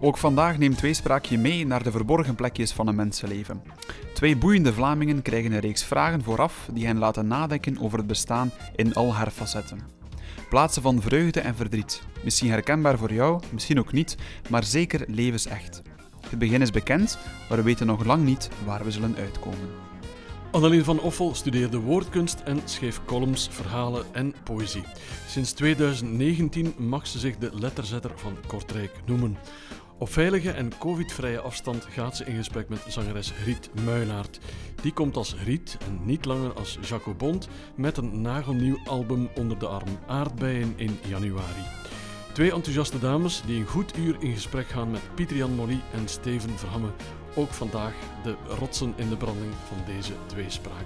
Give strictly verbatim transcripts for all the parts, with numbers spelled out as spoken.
Ook vandaag neemt Tweespraak je mee naar de verborgen plekjes van een mensenleven. Twee boeiende Vlamingen krijgen een reeks vragen vooraf die hen laten nadenken over het bestaan in al haar facetten. Plaatsen van vreugde en verdriet. Misschien herkenbaar voor jou, misschien ook niet, maar zeker levensecht. Het begin is bekend, maar we weten nog lang niet waar we zullen uitkomen. Annelien van Offel studeerde woordkunst en schreef columns, verhalen en poëzie. Sinds tweeduizend negentien mag ze zich de letterzetter van Kortrijk noemen. Op veilige en covid-vrije afstand gaat ze in gesprek met zangeres Riet Muylaert. Die komt als Riet en niet langer als Jaco Bond met een nagelnieuw album onder de arm, Aardbeien in januari. Twee enthousiaste dames die een goed uur in gesprek gaan met Pieter-Jan Molly en Steven Verhamme. Ook vandaag de rotsen in de branding van deze tweespraak.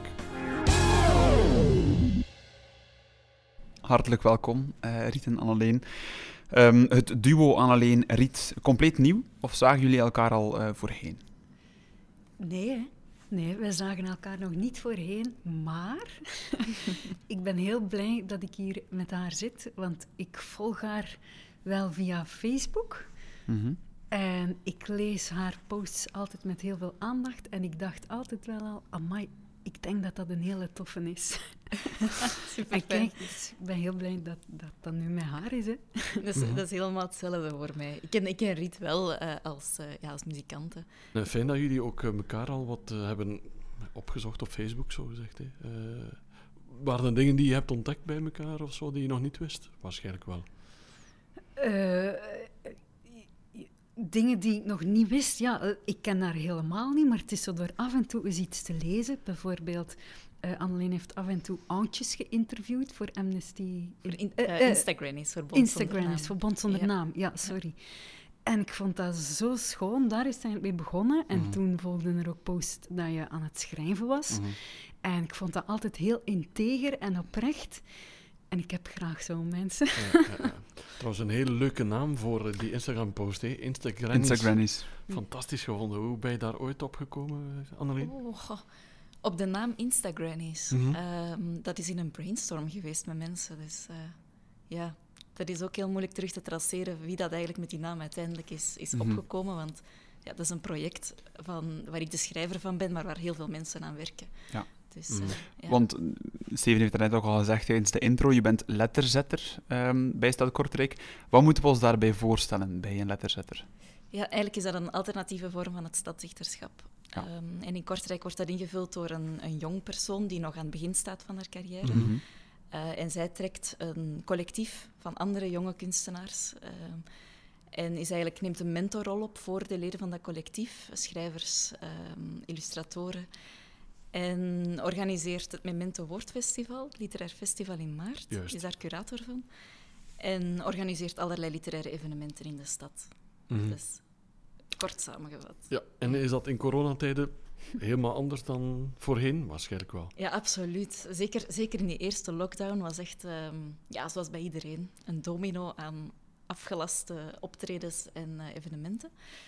Hartelijk welkom, uh, Riet en Anneleen. Um, het duo Anneleen-Riet, compleet nieuw? Of zagen jullie elkaar al uh, voorheen? Nee, hè? Nee, wij zagen elkaar nog niet voorheen, maar ik ben heel blij dat ik hier met haar zit, want ik volg haar wel via Facebook. Mm-hmm. En ik lees haar posts altijd met heel veel aandacht en ik dacht altijd wel al, amai, ik denk dat dat een hele toffe is. Super en kijk, dus ik ben heel blij dat dat, dat nu met haar is. Hè. Dat, is dat is helemaal hetzelfde voor mij. Ik ken, ik ken Riet wel uh, als, uh, ja, als muzikante. Nou, fijn dat jullie ook uh, elkaar al wat uh, hebben opgezocht op Facebook, zo gezegd. Hè. Uh, waren er dingen die je hebt ontdekt bij elkaar of zo, die je nog niet wist? Waarschijnlijk wel. Uh, Dingen die ik nog niet wist, ja, ik ken haar helemaal niet, maar het is zo door af en toe eens iets te lezen. Bijvoorbeeld, uh, Anneleen heeft af en toe oudjes geïnterviewd voor Amnesty... Voor in, uh, uh, Instagram is verbond Instagram zonder naam. is verbond zonder ja. naam, ja, sorry. En ik vond dat zo schoon, daar is het eigenlijk mee begonnen. En mm-hmm. toen volgden er ook posts dat je aan het schrijven was. Mm-hmm. En ik vond dat altijd heel integer en oprecht. En ik heb graag zo'n mensen. Ja, ja, ja. Trouwens, een hele leuke naam voor die Instagram-post. Hè. Instagram Instagrannies. Fantastisch gevonden. Hoe ben je daar ooit op gekomen, Anneleen? Oh, op de naam Instagrannies. Mm-hmm. Um, dat is in een brainstorm geweest met mensen. Dus uh, ja, dat is ook heel moeilijk terug te traceren wie dat eigenlijk met die naam uiteindelijk is, is mm-hmm. opgekomen. Want ja, dat is een project van, waar ik de schrijver van ben, maar waar heel veel mensen aan werken. Ja. Dus, uh, ja. Want Steven heeft het net ook al gezegd tijdens de intro, je bent letterzetter um, bij Stad Kortrijk. Wat moeten we ons daarbij voorstellen bij een letterzetter? Ja, eigenlijk is dat een alternatieve vorm van het stadsdichterschap. Ja. Um, en in Kortrijk wordt dat ingevuld door een, een jong persoon die nog aan het begin staat van haar carrière. Mm-hmm. Uh, en zij trekt een collectief van andere jonge kunstenaars. Uh, en is eigenlijk, neemt een mentorrol op voor de leden van dat collectief. Schrijvers, um, illustratoren. En organiseert het Memento Woordfestival, het literair festival in maart. Juist. Is daar curator van. En organiseert allerlei literaire evenementen in de stad. Mm-hmm. Dus kort samengevat. Ja, en is dat in coronatijden helemaal anders dan voorheen? Waarschijnlijk wel. Ja, absoluut. Zeker, zeker in die eerste lockdown was echt, um, ja, zoals bij iedereen, een domino aan afgelaste optredens en uh, evenementen.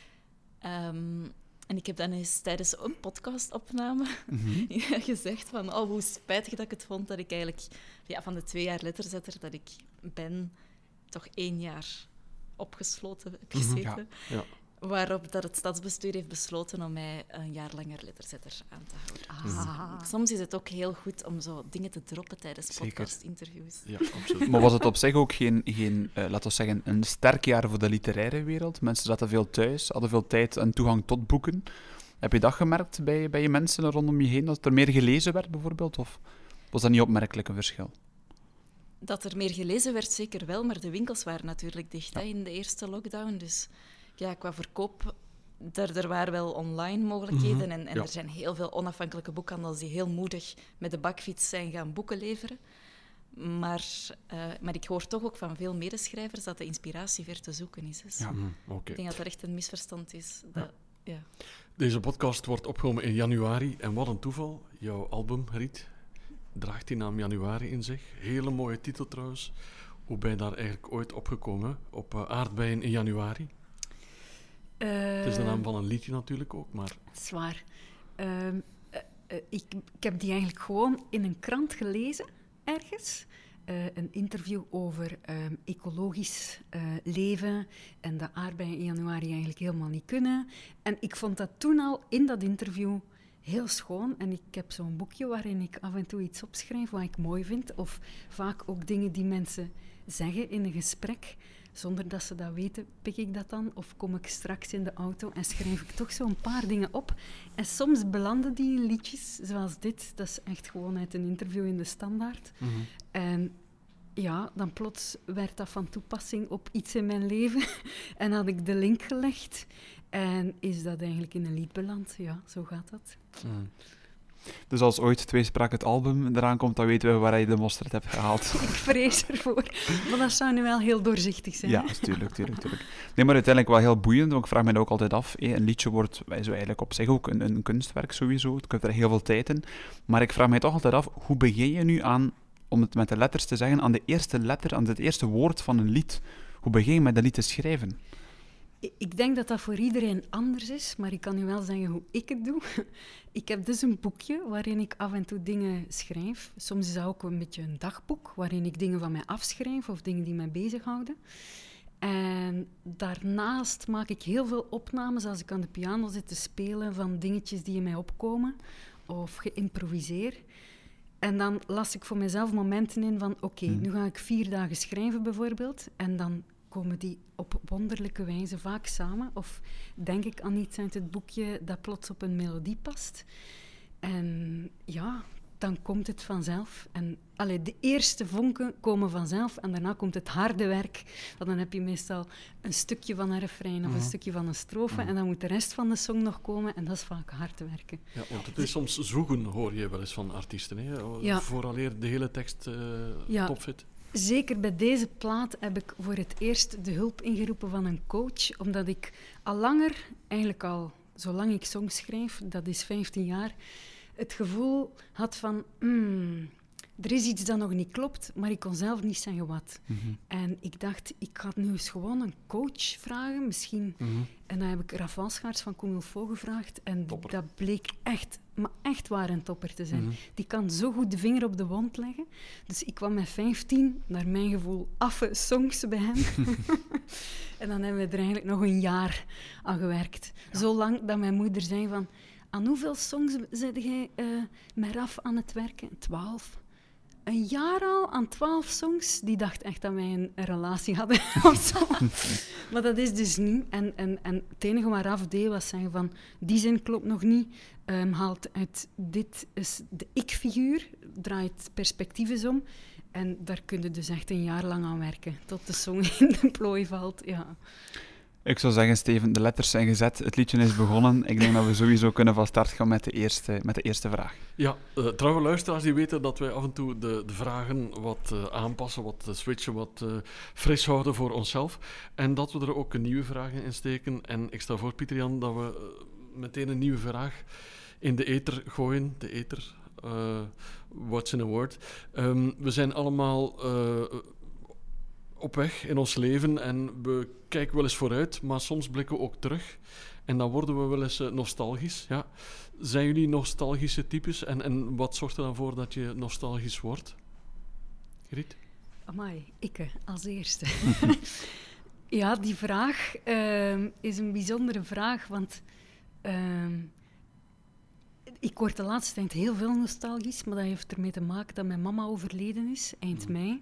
Um, En ik heb dan eens tijdens een podcastopname mm-hmm. gezegd van oh, hoe spijtig dat ik het vond dat ik eigenlijk ja, van de twee jaar letterzetter dat ik ben, toch één jaar opgesloten heb gezeten. Mm-hmm. Ja. Ja. Waarop dat het stadsbestuur heeft besloten om mij een jaar langer letterzetter aan te houden. Ah. Dus soms is het ook heel goed om zo dingen te droppen tijdens podcastinterviews. Ja, absoluut. Maar was het op zich ook geen, geen uh, laten we zeggen, een sterk jaar voor de literaire wereld? Mensen zaten veel thuis, hadden veel tijd en toegang tot boeken. Heb je dat gemerkt bij, bij je mensen rondom je heen, dat er meer gelezen werd bijvoorbeeld? Of was dat niet opmerkelijk een verschil? Dat er meer gelezen werd, zeker wel, maar de winkels waren natuurlijk dicht ja. hè, in de eerste lockdown, dus... Ja, qua verkoop, er, er waren wel online mogelijkheden mm-hmm. en, en ja. er zijn heel veel onafhankelijke boekhandels die heel moedig met de bakfiets zijn gaan boeken leveren. Maar, uh, maar ik hoor toch ook van veel medeschrijvers dat de inspiratie ver te zoeken is. Dus ja, mm, okay. Ik denk dat er echt een misverstand is. Dat, ja. Ja. Deze podcast wordt opgenomen in januari en wat een toeval. Jouw album, Riet, draagt die naam Januari in zich. Hele mooie titel trouwens. Hoe ben je daar eigenlijk ooit opgekomen? Op uh, Aardbeien in januari? Uh, het is de naam van een liedje natuurlijk ook, maar... Zwaar. Uh, uh, uh, ik, ik heb die eigenlijk gewoon in een krant gelezen, ergens. uh, een interview over um, ecologisch uh, leven en dat aardbeien in januari eigenlijk helemaal niet kunnen. En ik vond dat toen al in dat interview heel schoon. En ik heb zo'n boekje waarin ik af en toe iets opschrijf wat ik mooi vind. Of vaak ook dingen die mensen zeggen in een gesprek. Zonder dat ze dat weten, pik ik dat dan. Of kom ik straks in de auto en schrijf ik toch zo'n paar dingen op. En soms belanden die liedjes, zoals dit. Dat is echt gewoon uit een interview in de Standaard. Mm-hmm. En ja, dan plots werd dat van toepassing op iets in mijn leven. En had ik de link gelegd. En is dat eigenlijk in een lied beland. Ja, zo gaat dat. Mm. Dus als ooit Tweespraak het album eraan komt, dan weten we waar je de mosterd hebt gehaald. Ik vrees ervoor. Maar dat zou nu wel heel doorzichtig zijn. Ja, tuurlijk, tuurlijk, tuurlijk. Nee, maar uiteindelijk wel heel boeiend, want ik vraag me dat ook altijd af. Hé, een liedje wordt zo eigenlijk op zich ook een, een kunstwerk sowieso. Je kunt er heel veel tijd in. Maar ik vraag me toch altijd af, hoe begin je nu aan, om het met de letters te zeggen, aan de eerste letter, aan het eerste woord van een lied? Hoe begin je met dat lied te schrijven? Ik denk dat dat voor iedereen anders is, maar ik kan u wel zeggen hoe ik het doe. Ik heb dus een boekje waarin ik af en toe dingen schrijf. Soms is dat ook een beetje een dagboek, waarin ik dingen van mij afschrijf of dingen die mij bezighouden. En daarnaast maak ik heel veel opnames als ik aan de piano zit te spelen van dingetjes die in mij opkomen of geïmproviseer. En dan las ik voor mezelf momenten in van oké, okay, nu ga ik vier dagen schrijven bijvoorbeeld en dan komen die op wonderlijke wijze vaak samen. Of denk ik aan iets uit het boekje dat plots op een melodie past. En ja, dan komt het vanzelf. En allee, de eerste vonken komen vanzelf en daarna komt het harde werk. Want dan heb je meestal een stukje van een refrein of een mm-hmm. stukje van een strofe mm-hmm. en dan moet de rest van de song nog komen en dat is vaak hard werken. Ja, want het is soms zoeken, hoor je wel eens van artiesten, hè? Ja. Vooraleer de hele tekst uh, ja. topfit. Zeker bij deze plaat heb ik voor het eerst de hulp ingeroepen van een coach, omdat ik al langer, eigenlijk al zolang ik songs schrijf, dat is vijftien jaar, het gevoel had van, mm, er is iets dat nog niet klopt, maar ik kon zelf niet zeggen wat. Mm-hmm. En ik dacht, ik ga nu eens gewoon een coach vragen, misschien. Mm-hmm. En dan heb ik Raf Walschaerts van Comilfo gevraagd en topper. Dat bleek echt, maar echt waar een topper te zijn. Mm-hmm. Die kan zo goed de vinger op de wond leggen. Dus ik kwam met vijftien, naar mijn gevoel, affe songs bij hem. En dan hebben we er eigenlijk nog een jaar aan gewerkt. Ja. Zo lang dat mijn moeder zei van, aan hoeveel songs zit jij uh, met Raf aan het werken? Twaalf. Een jaar al aan twaalf songs. Die dacht echt dat wij een, een relatie hadden. Maar dat is dus niet. En, en, en het enige wat Raf deed was zeggen van, die zin klopt nog niet. Um, haalt uit, dit is de ik-figuur. Draait perspectief eens om. En daar kun je dus echt een jaar lang aan werken. Tot de song in de plooi valt, ja. Ik zou zeggen, Steven, de letters zijn gezet, het liedje is begonnen. Ik denk dat we sowieso kunnen van start gaan met de eerste, met de eerste vraag. Ja, uh, trouwe luisteraars die weten dat wij af en toe de, de vragen wat uh, aanpassen, wat uh, switchen, wat uh, fris houden voor onszelf. En dat we er ook een nieuwe vraag in steken. En ik stel voor, Pieter-Jan, dat we uh, meteen een nieuwe vraag in de ether gooien. De ether, uh, what's in a word. Um, we zijn allemaal... Uh, op weg in ons leven en we kijken wel eens vooruit, maar soms blikken we ook terug en dan worden we wel eens uh, nostalgisch. Ja. Zijn jullie nostalgische types en, en wat zorgt er dan voor dat je nostalgisch wordt? Griet? Amai, ik als eerste. Ja, die vraag uh, is een bijzondere vraag, want uh, ik word de laatste tijd heel veel nostalgisch, maar dat heeft ermee te maken dat mijn mama overleden is, eind mm. mei.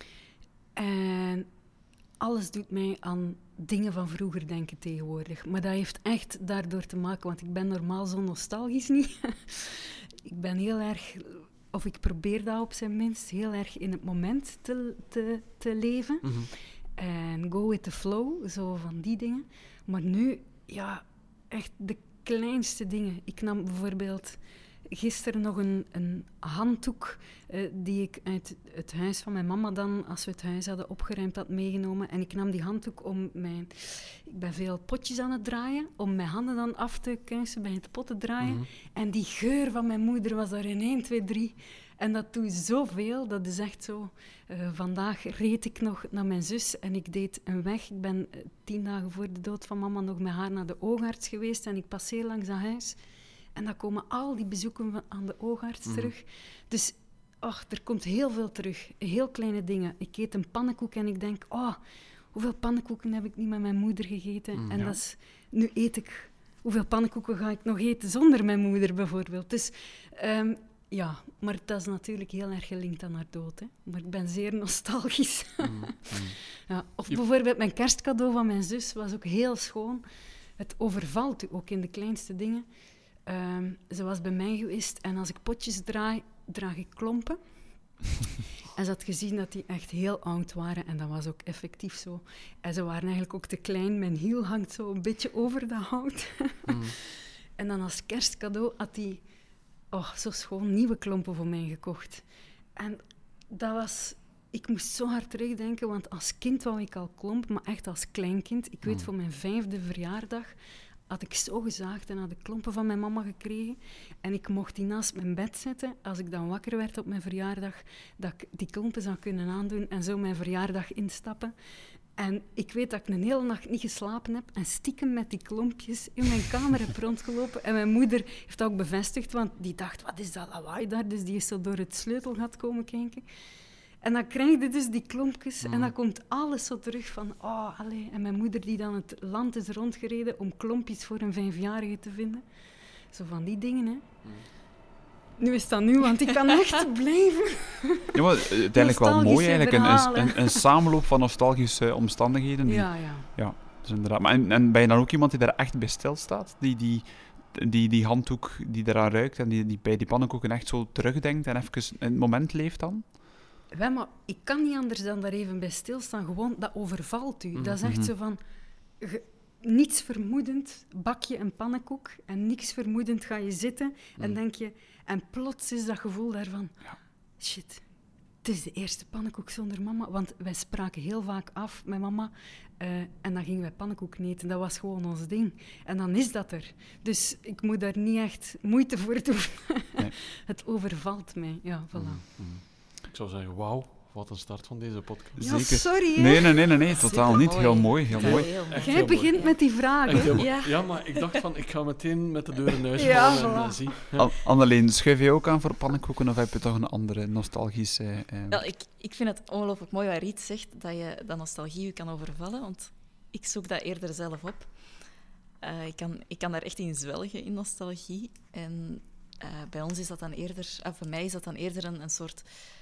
En alles doet mij aan dingen van vroeger denken tegenwoordig. Maar dat heeft echt daardoor te maken, want ik ben normaal zo nostalgisch niet. Ik ben heel erg, of ik probeer dat op zijn minst, heel erg in het moment te, te, te leven. Mm-hmm. En go with the flow, zo van die dingen. Maar nu, ja, echt de kleinste dingen. Ik nam bijvoorbeeld... Gisteren nog een, een handdoek uh, die ik uit het huis van mijn mama dan, als we het huis hadden opgeruimd, had meegenomen. En ik nam die handdoek om mijn... Ik ben veel potjes aan het draaien, om mijn handen dan af te kuisen bij het pot te draaien. Mm-hmm. En die geur van mijn moeder was daar in één, twee, drie. En dat doet zoveel, dat is echt zo. Uh, vandaag reed ik nog naar mijn zus en ik deed een weg. Ik ben uh, tien dagen voor de dood van mama nog met haar naar de oogarts geweest en ik passeer langs dat huis. En dan komen al die bezoeken van, aan de oogarts mm. terug. Dus ach, er komt heel veel terug. Heel kleine dingen. Ik eet een pannenkoek en ik denk, oh, hoeveel pannenkoeken heb ik niet met mijn moeder gegeten? Mm, en ja. dat is, nu eet ik... Hoeveel pannenkoeken ga ik nog eten zonder mijn moeder, bijvoorbeeld? Dus um, ja, maar dat is natuurlijk heel erg gelinkt aan haar dood. Hè. Maar ik ben zeer nostalgisch. Mm, mm. Ja, of Je- bijvoorbeeld mijn kerstcadeau van mijn zus was ook heel schoon. Het overvalt u ook in de kleinste dingen. Um, ze was bij mij geweest en als ik potjes draai, draag ik klompen. En ze had gezien dat die echt heel oud waren en dat was ook effectief zo. En ze waren eigenlijk ook te klein. Mijn hiel hangt zo een beetje over dat hout. Mm. En dan als kerstcadeau had hij oh, zo schoon nieuwe klompen voor mij gekocht. En dat was... Ik moest zo hard terugdenken, want als kind wou ik al klompen, maar echt als kleinkind. Ik weet, Mm. voor mijn vijfde verjaardag had ik zo gezaagd en had ik klompen van mijn mama gekregen. En ik mocht die naast mijn bed zetten. Als ik dan wakker werd op mijn verjaardag, dat ik die klompen zou kunnen aandoen en zo mijn verjaardag instappen. En ik weet dat ik een hele nacht niet geslapen heb en stiekem met die klompjes in mijn kamer heb rondgelopen. En mijn moeder heeft dat ook bevestigd, want die dacht, wat is dat lawaai daar? Dus die is zo door het sleutelgat komen kijken. En dan krijg je dus die klompjes Mm. en dan komt alles zo terug van, oh, allee. En mijn moeder die dan het land is rondgereden om klompjes voor een vijfjarige te vinden. Zo van die dingen, hè. Mm. Nu is dat nu, want ik kan echt blijven. Ja, maar eh, uiteindelijk wel mooi Nostalgische eigenlijk. Een, verhalen. een, een samenloop van nostalgische omstandigheden. Die, Ja, ja. dus inderdaad. Maar en, en ben je dan ook iemand die daar echt bij stilstaat? Die, die, die, die handdoek die eraan ruikt en die, die bij die pannenkoeken echt zo terugdenkt en even in het moment leeft dan? Wel, maar ik kan niet anders dan daar even bij stilstaan. Gewoon, dat overvalt u. Dat is echt Mhm. zo van... ge- niets vermoedend bak je een pannenkoek en niks vermoedend ga je zitten en Mhm. denk je... En plots is dat gevoel daarvan... Ja. Shit, het is de eerste pannenkoek zonder mama. Want wij spraken heel vaak af met mama eh, en dan gingen wij pannenkoek eten. Dat was gewoon ons ding. En dan is dat er. Dus ik moet daar niet echt moeite voor doen. Nee. Het overvalt mij. Ja, voilà. Mm, mm. Ik zou zeggen, wauw, wat een start van deze podcast. Ja, Zeker. sorry, hè. Nee, nee, nee, nee, nee totaal niet. Supermooi. Heel mooi, heel Ja, mooi. heel mooi. Echt Jij heel mooi. begint met die vragen. Echt heel mooi. Ja. Ja, maar ik dacht van, ik ga meteen met de deur in huis Ja, vallen en voilà. uh, zie. Ja. An- Anneleen, schuif je ook aan voor pannenkoeken of heb je toch een andere nostalgische... eh, Wel, ik, ik vind het ongelooflijk mooi wat Riet zegt, dat je dat nostalgie je kan overvallen, want ik zoek dat eerder zelf op. Uh, ik, kan, ik kan daar echt in zwelgen, in nostalgie. En uh, bij ons is dat dan eerder... Of bij mij is dat dan eerder een, een soort...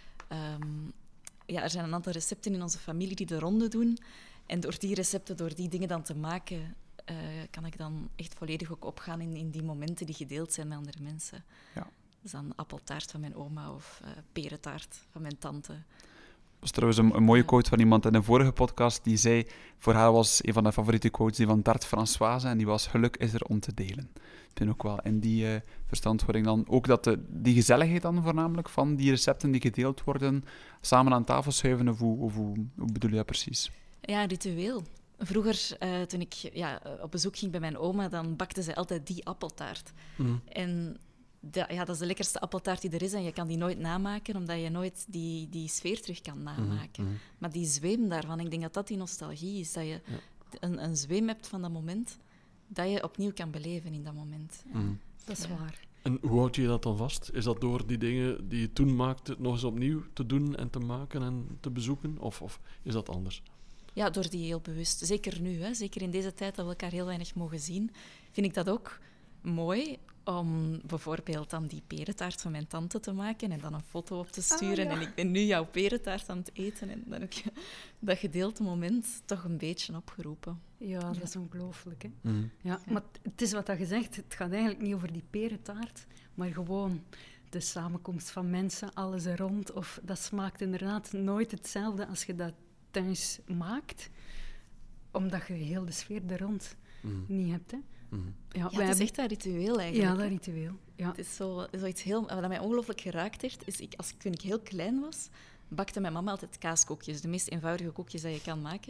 Um, ja, er zijn een aantal recepten in onze familie die de ronde doen. En door die recepten, door die dingen dan te maken, uh, kan ik dan echt volledig ook opgaan in, in die momenten die gedeeld zijn met andere mensen. Ja. Dus dan appeltaart van mijn oma of uh, perentaart van mijn tante. Dat was trouwens een, een mooie quote van iemand in een vorige podcast die zei, voor haar was een van de favoriete quotes die van Tarte Françoise en die was, geluk is er om te delen. Ik vind ook wel in die uh, verstandhouding dan ook dat de, die gezelligheid dan voornamelijk van die recepten die gedeeld worden, samen aan tafel schuiven, of hoe, of hoe, hoe bedoel je dat precies? Ja, een ritueel. Vroeger, uh, toen ik ja, op bezoek ging bij mijn oma, dan bakte ze altijd die appeltaart. Mm. En de, ja, dat is de lekkerste appeltaart die er is en je kan die nooit namaken, omdat je nooit die, die sfeer terug kan namaken. Mm. Maar die zweem daarvan, ik denk dat dat die nostalgie is, dat je Ja. een, een zweem hebt van dat moment, dat je opnieuw kan beleven in dat moment. Mm. Dat is Ja. waar. En hoe houd je dat dan vast? Is dat door die dingen die je toen maakte nog eens opnieuw te doen en te maken en te bezoeken? Of, of is dat anders? Ja, door die heel bewust. Zeker nu, hè, zeker in deze tijd dat we elkaar heel weinig mogen zien, vind ik dat ook mooi om bijvoorbeeld dan die perentaart van mijn tante te maken en dan een foto op te sturen. Ah, ja. En ik ben nu jouw perentaart aan het eten. En dan heb je dat gedeelde moment toch een beetje opgeroepen. Ja, dat Ja. is ongelooflijk, hè. Mm. Ja, maar het is wat dat gezegd, het gaat eigenlijk niet over die perentaart, maar gewoon de samenkomst van mensen, alles er rond. Of dat smaakt inderdaad nooit hetzelfde als je dat thuis maakt, omdat je heel de sfeer er rond Mm. niet hebt, hè. Mm. Ja, Ja, wij het is hebben- echt dat ritueel eigenlijk. ja, dat ritueel. Ja. Het is zo, zoiets heel... Wat mij ongelooflijk geraakt heeft, is ik, als, toen ik heel klein was, bakte mijn mama altijd kaaskoekjes. De meest eenvoudige koekjes die je kan maken.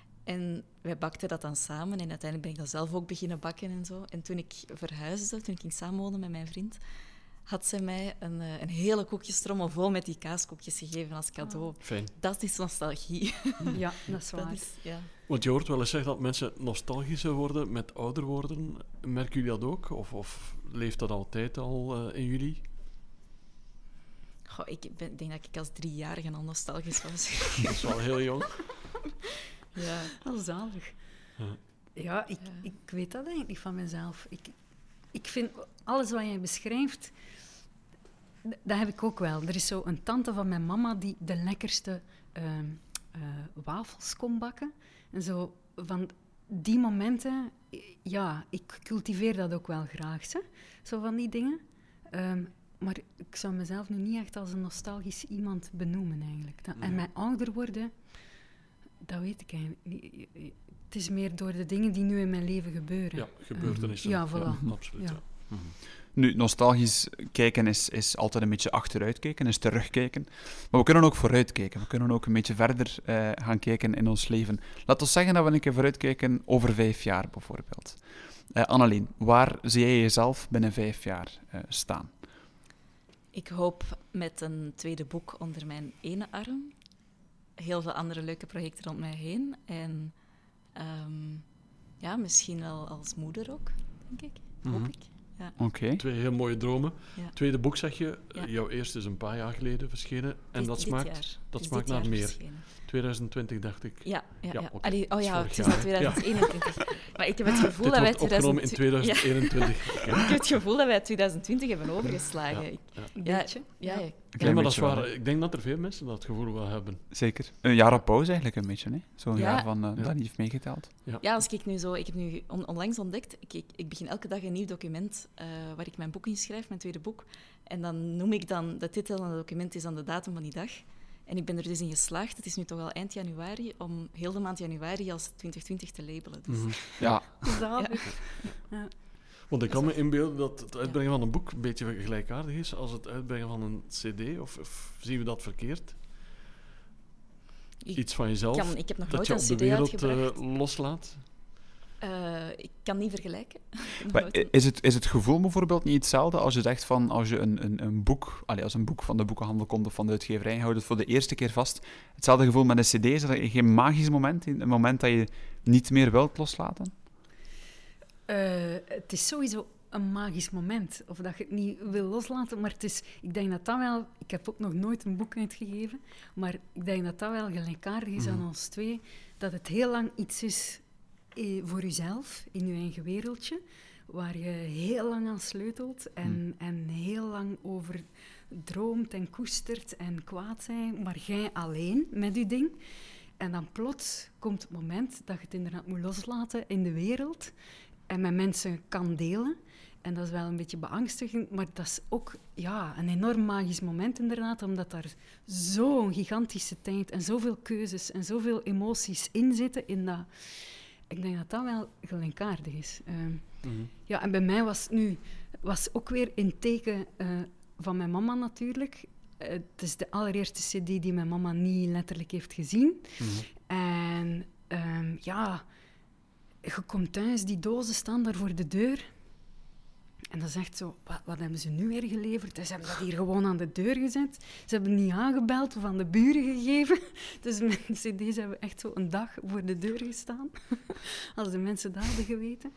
En wij bakten dat dan samen. En uiteindelijk ben ik dat zelf ook beginnen bakken en zo. En toen ik verhuisde, toen ik ging samenwonen met mijn vriend, had zij mij een, eh, een hele koekjestrommel vol met die kaaskoekjes gegeven als cadeau. Fijn. Dat is nostalgie. ja, dat is Dat waar. is, ja. Want je hoort wel eens zeggen dat mensen nostalgischer worden met ouder worden. Merken jullie dat ook? Of, of leeft dat altijd al uh, in jullie? Goh, ik ben, denk dat ik als driejarige al nostalgisch was. Dat is wel heel jong. Ja. Al zalig. Ja. Ja, ik, Ja. ik weet dat eigenlijk niet van mezelf. Ik, ik vind alles wat jij beschrijft, d- dat heb ik ook wel. Er is zo een tante van mijn mama die de lekkerste ehm, eh, wafels kon bakken. En zo van die momenten, ja, ik cultiveer dat ook wel graag, hè? Zo van die dingen. Ehm, maar ik zou mezelf nu niet echt als een nostalgisch iemand benoemen, eigenlijk. Dat, en Nee. mijn ouder worden, dat weet ik eigenlijk niet. Het is meer door de dingen die nu in mijn leven gebeuren. Ja, gebeurtenissen. Ja, voilà. absoluut. Ja. Ja. Mhm. Nu, nostalgisch kijken is, is altijd een beetje achteruitkijken, is terugkijken. Maar we kunnen ook vooruitkijken. We kunnen ook een beetje verder eh, gaan kijken in ons leven. Laten we zeggen dat we een keer vooruitkijken over vijf jaar, bijvoorbeeld. Uh, Annelien, waar zie jij jezelf binnen vijf jaar uh, staan? Ik hoop met een tweede boek onder mijn ene arm. Heel veel andere leuke projecten rond mij heen. En um, ja, misschien wel als moeder ook, denk ik. Hoop Mhm. ik. Ja. Oké. Okay. Twee heel mooie dromen. Ja. Tweede boek, zeg je. Ja. Jouw eerste is een paar jaar geleden verschenen. En Dit, dat dit smaakt, jaar. dat Is smaakt dit naar jaar meer. verschenen. twintig twintig, dacht ik. Ja, ja, Ja, ja. okay. Allee, oh ja, vorig het is jaar. al twintig eenentwintig. Ja. Maar ik heb het gevoel Dit dat wij wordt opgenomen in tweeduizend twintig eenentwintig. Ja. Ik heb het gevoel dat wij twintig twintig hebben overgeslagen. Ja. Ik- Ja. Een Ja, beetje. ja, ja. Een Ja, maar dat is beetje wel, waar. hè. Ik denk dat er veel mensen dat gevoel wel hebben. Zeker. Een jaar op pauze eigenlijk een beetje, hè? Zo'n Ja. jaar van, uh, Ja. dat niet heeft meegeteld. Ja. Ja, als ik nu zo... Ik heb nu on- onlangs ontdekt... Ik, ik, ik begin elke dag een nieuw document uh, waar ik mijn boek in schrijf, mijn tweede boek. En dan noem ik dan... De titel van het document is dan de datum van die dag. En ik ben er dus in geslaagd, het is nu toch al eind januari, om heel de maand januari als twintig twintig te labelen. Dus. Mhm. Ja, Zalig. Ja. Want ik kan me inbeelden dat het uitbrengen van een boek een beetje gelijkaardig is als het uitbrengen van een cd. Of, of zien we dat verkeerd? Ik Iets van jezelf kan, ik heb nog dat nooit je een op de cd wereld uitgebracht. uh, loslaat? Uh, ik kan niet vergelijken. maar is het, is het gevoel bijvoorbeeld niet hetzelfde als je zegt van als je een, een, een boek, allez, als een boek van de boekenhandel komt of van de uitgeverij, houdt het voor de eerste keer vast. Hetzelfde gevoel met een cd, is dat geen magisch moment, een moment dat je niet meer wilt loslaten? Uh, het is sowieso een magisch moment, of dat je het niet wil loslaten, maar het is, ik denk dat dat wel, ik heb ook nog nooit een boek uitgegeven, maar ik denk dat dat wel gelijkaardig is mm. aan ons twee, dat het heel lang iets is voor jezelf, in je eigen wereldje, waar je heel lang aan sleutelt en, mm. en heel lang over droomt en koestert en kwaad zijn, maar jij alleen met je ding. En dan plots komt het moment dat je het inderdaad moet loslaten in de wereld en met mensen kan delen. En dat is wel een beetje beangstigend, maar dat is ook ja, een enorm magisch moment inderdaad, omdat daar zo'n gigantische tijd en zoveel keuzes en zoveel emoties in zitten. In dat, ik denk dat dat wel gelijkaardig is. Uh, mm-hmm. Ja, en bij mij was het nu was ook weer in teken uh, van mijn mama natuurlijk. Uh, het is de allereerste cd die mijn mama niet letterlijk heeft gezien. Mm-hmm. En um, ja, je komt thuis, die dozen staan daar voor de deur. En dan zegt zo, wat, wat hebben ze nu weer geleverd? Ze hebben dat hier gewoon aan de deur gezet. Ze hebben niet aangebeld of aan de buren gegeven. Dus mijn cd's hebben echt zo een dag voor de deur gestaan. Als de mensen dat hadden geweten.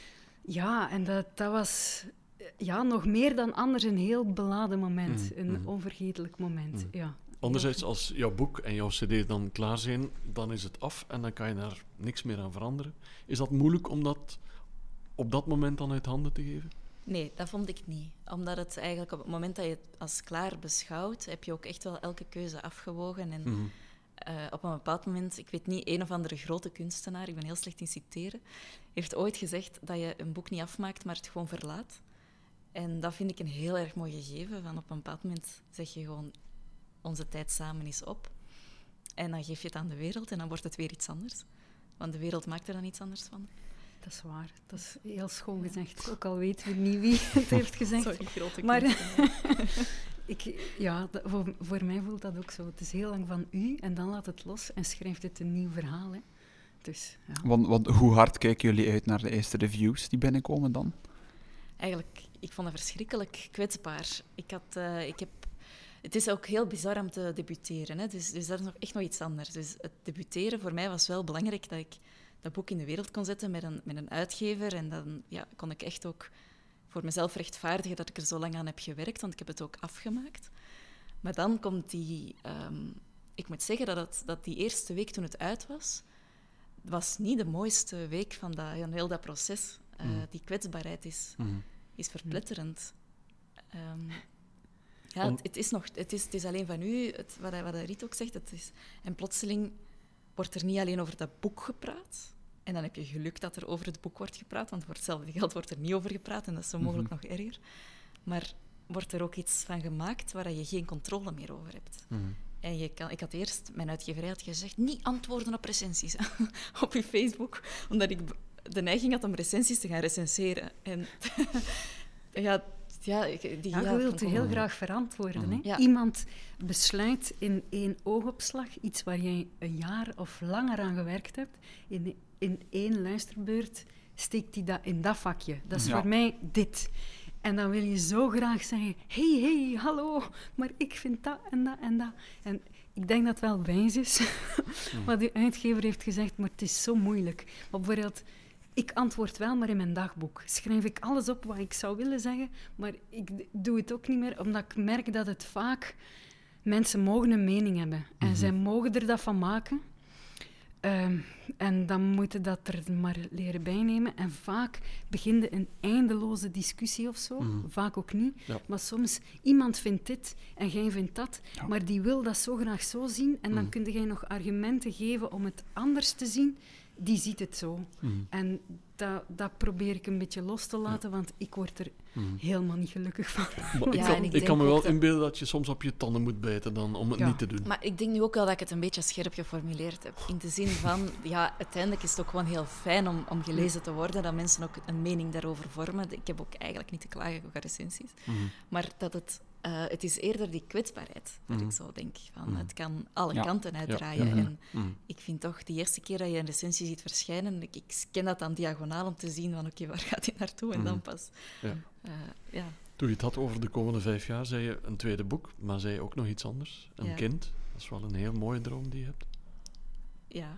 Ja, en dat, dat was ja, nog meer dan anders een heel beladen moment. Mm, een mm. onvergetelijk moment, mm. ja. Anderzijds, als jouw boek en jouw cd dan klaar zijn, dan is het af en dan kan je daar niks meer aan veranderen. Is dat moeilijk om dat op dat moment dan uit handen te geven? Nee, dat vond ik niet. Omdat het eigenlijk op het moment dat je het als klaar beschouwt, heb je ook echt wel elke keuze afgewogen. En mm-hmm. uh, op een bepaald moment, ik weet niet, een of andere grote kunstenaar, ik ben heel slecht in citeren, heeft ooit gezegd dat je een boek niet afmaakt, maar het gewoon verlaat. En dat vind ik een heel erg mooi gegeven. Van op een bepaald moment zeg je gewoon, onze tijd samen is op. En dan geef je het aan de wereld en dan wordt het weer iets anders. Want de wereld maakt er dan iets anders van. Dat is waar. Dat is heel schoon gezegd. Ook al weten we niet wie het heeft gezegd. Sorry, grote maar ik, ja, dat, voor, voor mij voelt dat ook zo. Het is heel lang van u en dan laat het los en schrijft het een nieuw verhaal. Hè. Dus, ja. want, want hoe hard kijken jullie uit naar de eerste reviews die binnenkomen dan? Eigenlijk, ik vond het verschrikkelijk kwetsbaar. Ik had, uh, ik heb, het is ook heel bizar om te debuteren. Hè. Dus, dus dat is nog echt nog iets anders. Dus het debuteren voor mij was wel belangrijk dat ik dat boek in de wereld kon zetten met een, met een uitgever. En dan ja, kon ik echt ook voor mezelf rechtvaardigen dat ik er zo lang aan heb gewerkt, want ik heb het ook afgemaakt. Maar dan komt die... Um, ik moet zeggen dat, het, dat die eerste week toen het uit was, was niet de mooiste week van, dat, van heel dat proces. Uh, mm. Die kwetsbaarheid is, mm. is verpletterend. Um, ja, Om... het, het, is nog, het, is, het is alleen van u, het, wat, wat Riet ook zegt. Het is, en plotseling wordt er niet alleen over dat boek gepraat. En dan heb je geluk dat er over het boek wordt gepraat, want voor hetzelfde geld wordt er niet over gepraat. En dat is zo mogelijk mm-hmm. nog erger. Maar wordt er ook iets van gemaakt waar je geen controle meer over hebt. Mm. En je kan, ik had eerst, mijn uitgeverij had gezegd, niet antwoorden op recensies op je Facebook, omdat ik de neiging had om recensies te gaan recenseren. En ja, ja, die, ja, je wilt je heel graag verantwoorden. Mm. Hè? Ja. Iemand besluit in één oogopslag, iets waar jij een jaar of langer aan gewerkt hebt, in, in één luisterbeurt steekt hij dat in dat vakje. Dat is ja. voor mij dit. En dan wil je zo graag zeggen, hey, hey, hallo, maar ik vind dat en dat en dat. En ik denk dat het wel wijs is, mm. wat de uitgever heeft gezegd, maar het is zo moeilijk. Maar bijvoorbeeld, ik antwoord wel maar in mijn dagboek. Schrijf ik alles op wat ik zou willen zeggen, maar ik doe het ook niet meer, omdat ik merk dat het vaak... Mensen mogen een mening hebben en mm-hmm. zij mogen er dat van maken. Um, en dan moet je dat er maar leren bijnemen. En vaak begint een eindeloze discussie of zo. Mm. Vaak ook niet. Ja. Maar soms, iemand vindt dit en jij vindt dat. Ja. Maar die wil dat zo graag zo zien. En dan mm. kun jij nog argumenten geven om het anders te zien. Die ziet het zo. Mm. En dat, dat probeer ik een beetje los te laten, ja. want ik word er mm. helemaal niet gelukkig van. Maar ja, ik kan, ik ik kan me wel dat... inbeelden dat je soms op je tanden moet bijten dan, om het ja. niet te doen. Maar ik denk nu ook wel dat ik het een beetje scherp geformuleerd heb. In de zin van, ja, uiteindelijk is het ook gewoon heel fijn om, om gelezen te worden, dat mensen ook een mening daarover vormen. Ik heb ook eigenlijk niet te klagen over recensies. Mm. Maar dat het... Uh, het is eerder die kwetsbaarheid, dat mm. ik zo denk. Van, mm. Het kan alle ja. kanten uitdraaien. Ja. En mm. ik vind toch, de eerste keer dat je een recensie ziet verschijnen, ik, ik scan dat dan diagonaal om te zien van, oké, okay, waar gaat hij naartoe? En mm. dan pas... Ja. Uh, ja. Toen je het had over de komende vijf jaar, zei je een tweede boek, maar zei je ook nog iets anders. Een ja. kind. Dat is wel een heel mooie droom die je hebt. Ja.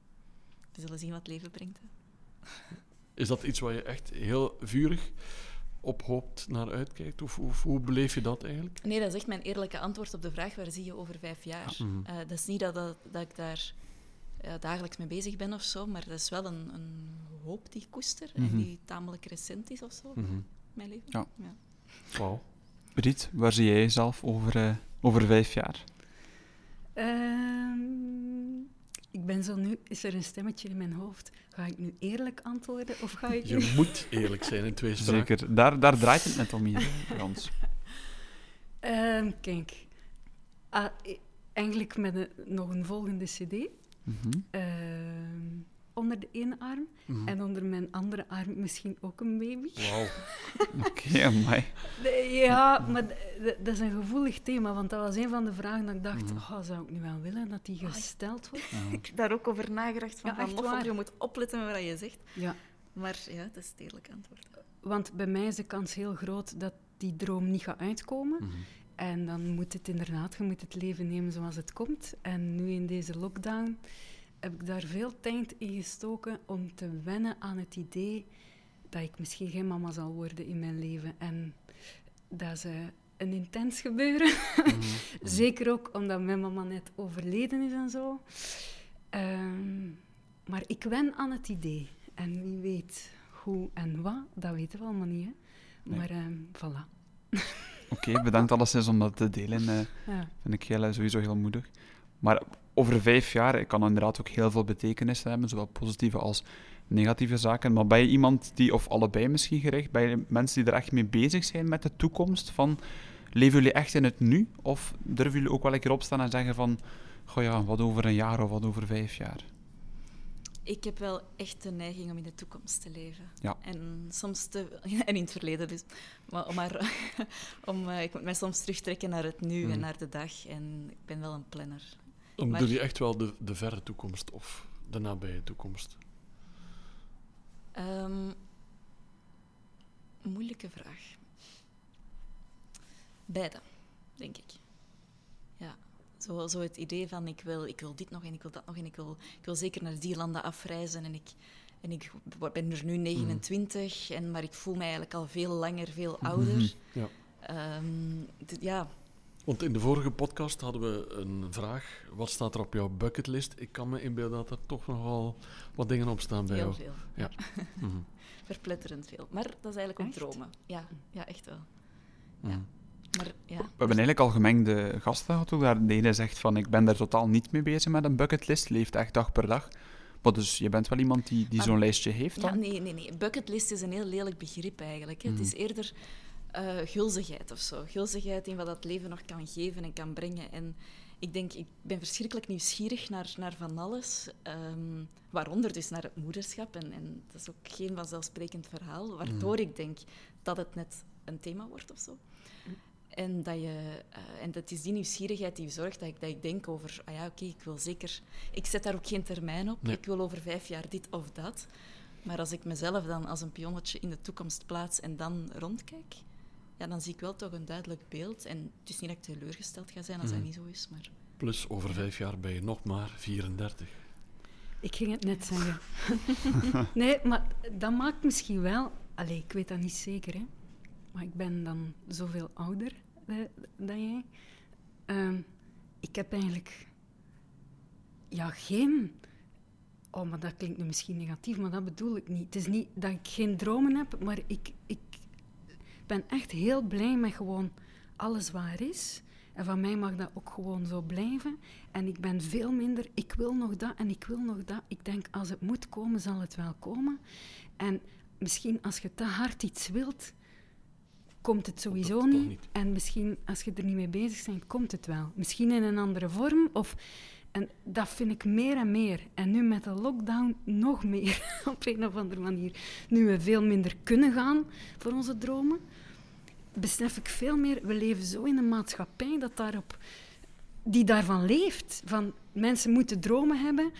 We zullen zien wat het leven brengt. Hè. Is dat iets waar je echt heel vurig... op hoopt, naar uitkijkt? Of, of hoe beleef je dat eigenlijk? Nee, dat is echt mijn eerlijke antwoord op de vraag, waar zie je over vijf jaar? Ja. Mm-hmm. Uh, dat is niet dat, dat, dat ik daar uh, dagelijks mee bezig ben of zo, maar dat is wel een, een hoop die ik koester mm-hmm. en die tamelijk recent is of zo, mm-hmm. mijn leven. Ja. Ja. Wauw. Riet, waar zie jij jezelf over, uh, over vijf jaar? Um... Ik ben zo nu, is er een stemmetje in mijn hoofd. Ga ik nu eerlijk antwoorden of ga ik... Je nu... moet eerlijk zijn in twee spraken. Zeker, daar, daar draait het net om hier, bij ons. Um, kijk, uh, eigenlijk met een, nog een volgende cd. Mm-hmm. Uh, onder de ene arm. Mm-hmm. En onder mijn andere arm misschien ook een baby. Wauw. Oké, okay, amai. Ja, maar d- d- dat is een gevoelig thema, want dat was een van de vragen dat ik dacht, mm-hmm. oh, zou ik nu wel willen dat die gesteld wordt? Ja. Ik heb daar ook over nagedacht, van, ja, van Moffel, je moet opletten met wat je zegt. Ja. Maar ja, dat is het eerlijke antwoord. Want bij mij is de kans heel groot dat die droom niet gaat uitkomen. Mm-hmm. En dan moet het inderdaad, je moet het leven nemen zoals het komt. En nu in deze lockdown... heb ik daar veel tijd in gestoken om te wennen aan het idee dat ik misschien geen mama zal worden in mijn leven. En dat is uh, een intens gebeuren. Mm-hmm. Zeker ook omdat mijn mama net overleden is en zo. Um, maar ik wen aan het idee. En wie weet hoe en wat, dat weten we allemaal niet. Hè? Maar nee. um, voilà. Oké, okay, bedankt alleszins om dat te delen. Uh, ja. Vind ik heel, sowieso heel moedig. Maar over vijf jaar kan inderdaad ook heel veel betekenis hebben, zowel positieve als negatieve zaken. Maar ben je iemand die, of allebei misschien gericht, ben je mensen die er echt mee bezig zijn met de toekomst? Van, leven jullie echt in het nu? Of durven jullie ook wel een keer opstaan en zeggen van, goh ja, wat over een jaar of wat over vijf jaar? Ik heb wel echt de neiging om in de toekomst te leven. Ja. En soms te... En in het verleden dus. Maar, maar om, uh, ik moet mij soms terugtrekken naar het nu mm. en naar de dag. En ik ben wel een planner. Dan bedoel je echt wel de, de verre toekomst of de nabije toekomst? Um, moeilijke vraag. Beide, denk ik. Ja. Zo, zo het idee van ik wil, ik wil dit nog en ik wil dat nog en ik wil, ik wil zeker naar die landen afreizen en ik, en ik ben er nu negenentwintig, mm. en, maar ik voel mij eigenlijk al veel langer, veel ouder. Mm-hmm. Ja. Um, d- ja. Want in de vorige podcast hadden we een vraag. Wat staat er op jouw bucketlist? Ik kan me inbeelden dat er toch nogal wat dingen op staan bij Heel jou. veel. Ja. Ja. Mm-hmm. Verpletterend veel. Maar dat is eigenlijk ook Echt? dromen. Ja, ja echt wel. Mm-hmm. Maar, ja. We hebben eigenlijk al gemengde gasten gehad. Ook daar de ene zegt van, ik ben daar totaal niet mee bezig met een bucketlist. Leeft echt dag per dag. Maar dus je bent wel iemand die, die Maar- zo'n lijstje heeft dan? Ja, nee, nee, nee. Bucketlist is een heel lelijk begrip eigenlijk. Hè. Mhm. Het is eerder eh, gulzigheid of zo. Gulzigheid in wat dat leven nog kan geven en kan brengen. En ik denk, ik ben verschrikkelijk nieuwsgierig naar, naar van alles. ehm, waaronder dus naar het moederschap. En, en dat is ook geen vanzelfsprekend verhaal. Waardoor Mhm. ik denk dat het net een thema wordt of zo. En dat, je, uh, en dat is die nieuwsgierigheid die zorgt dat ik, dat ik denk over... Ah ja, oké, okay, ik wil zeker... Ik zet daar ook geen termijn op. Nee. Ik wil over vijf jaar dit of dat. Maar als ik mezelf dan als een pionnetje in de toekomst plaats en dan rondkijk, ja, dan zie ik wel toch een duidelijk beeld. En het is niet dat ik teleurgesteld ga zijn als Mhm. dat niet zo is, maar... Plus, over vijf jaar ben je nog maar vierendertig. Ik ging het net zeggen. Nee, maar dat maakt misschien wel... Allee, ik weet dat niet zeker, hè. Maar ik ben dan zoveel ouder eh, dan jij. Ehm, ik heb eigenlijk... Ja, geen... Oh, maar dat klinkt nu misschien negatief, maar dat bedoel ik niet. Het is niet dat ik geen dromen heb, maar ik, ik ben echt heel blij met gewoon alles waar is. En van mij mag dat ook gewoon zo blijven. En ik ben veel minder, ik wil nog dat en ik wil nog dat. Ik denk, als het moet komen, zal het wel komen. En misschien als je te hard iets wilt, komt het sowieso Komt het toch niet. niet. En misschien als je er niet mee bezig bent, komt het wel. Misschien in een andere vorm. Of, en dat vind ik meer en meer. En nu met de lockdown nog meer, op een of andere manier. Nu we veel minder kunnen gaan voor onze dromen, besef ik veel meer, we leven zo in een maatschappij dat daarop, die daarvan leeft. Van, mensen moeten dromen hebben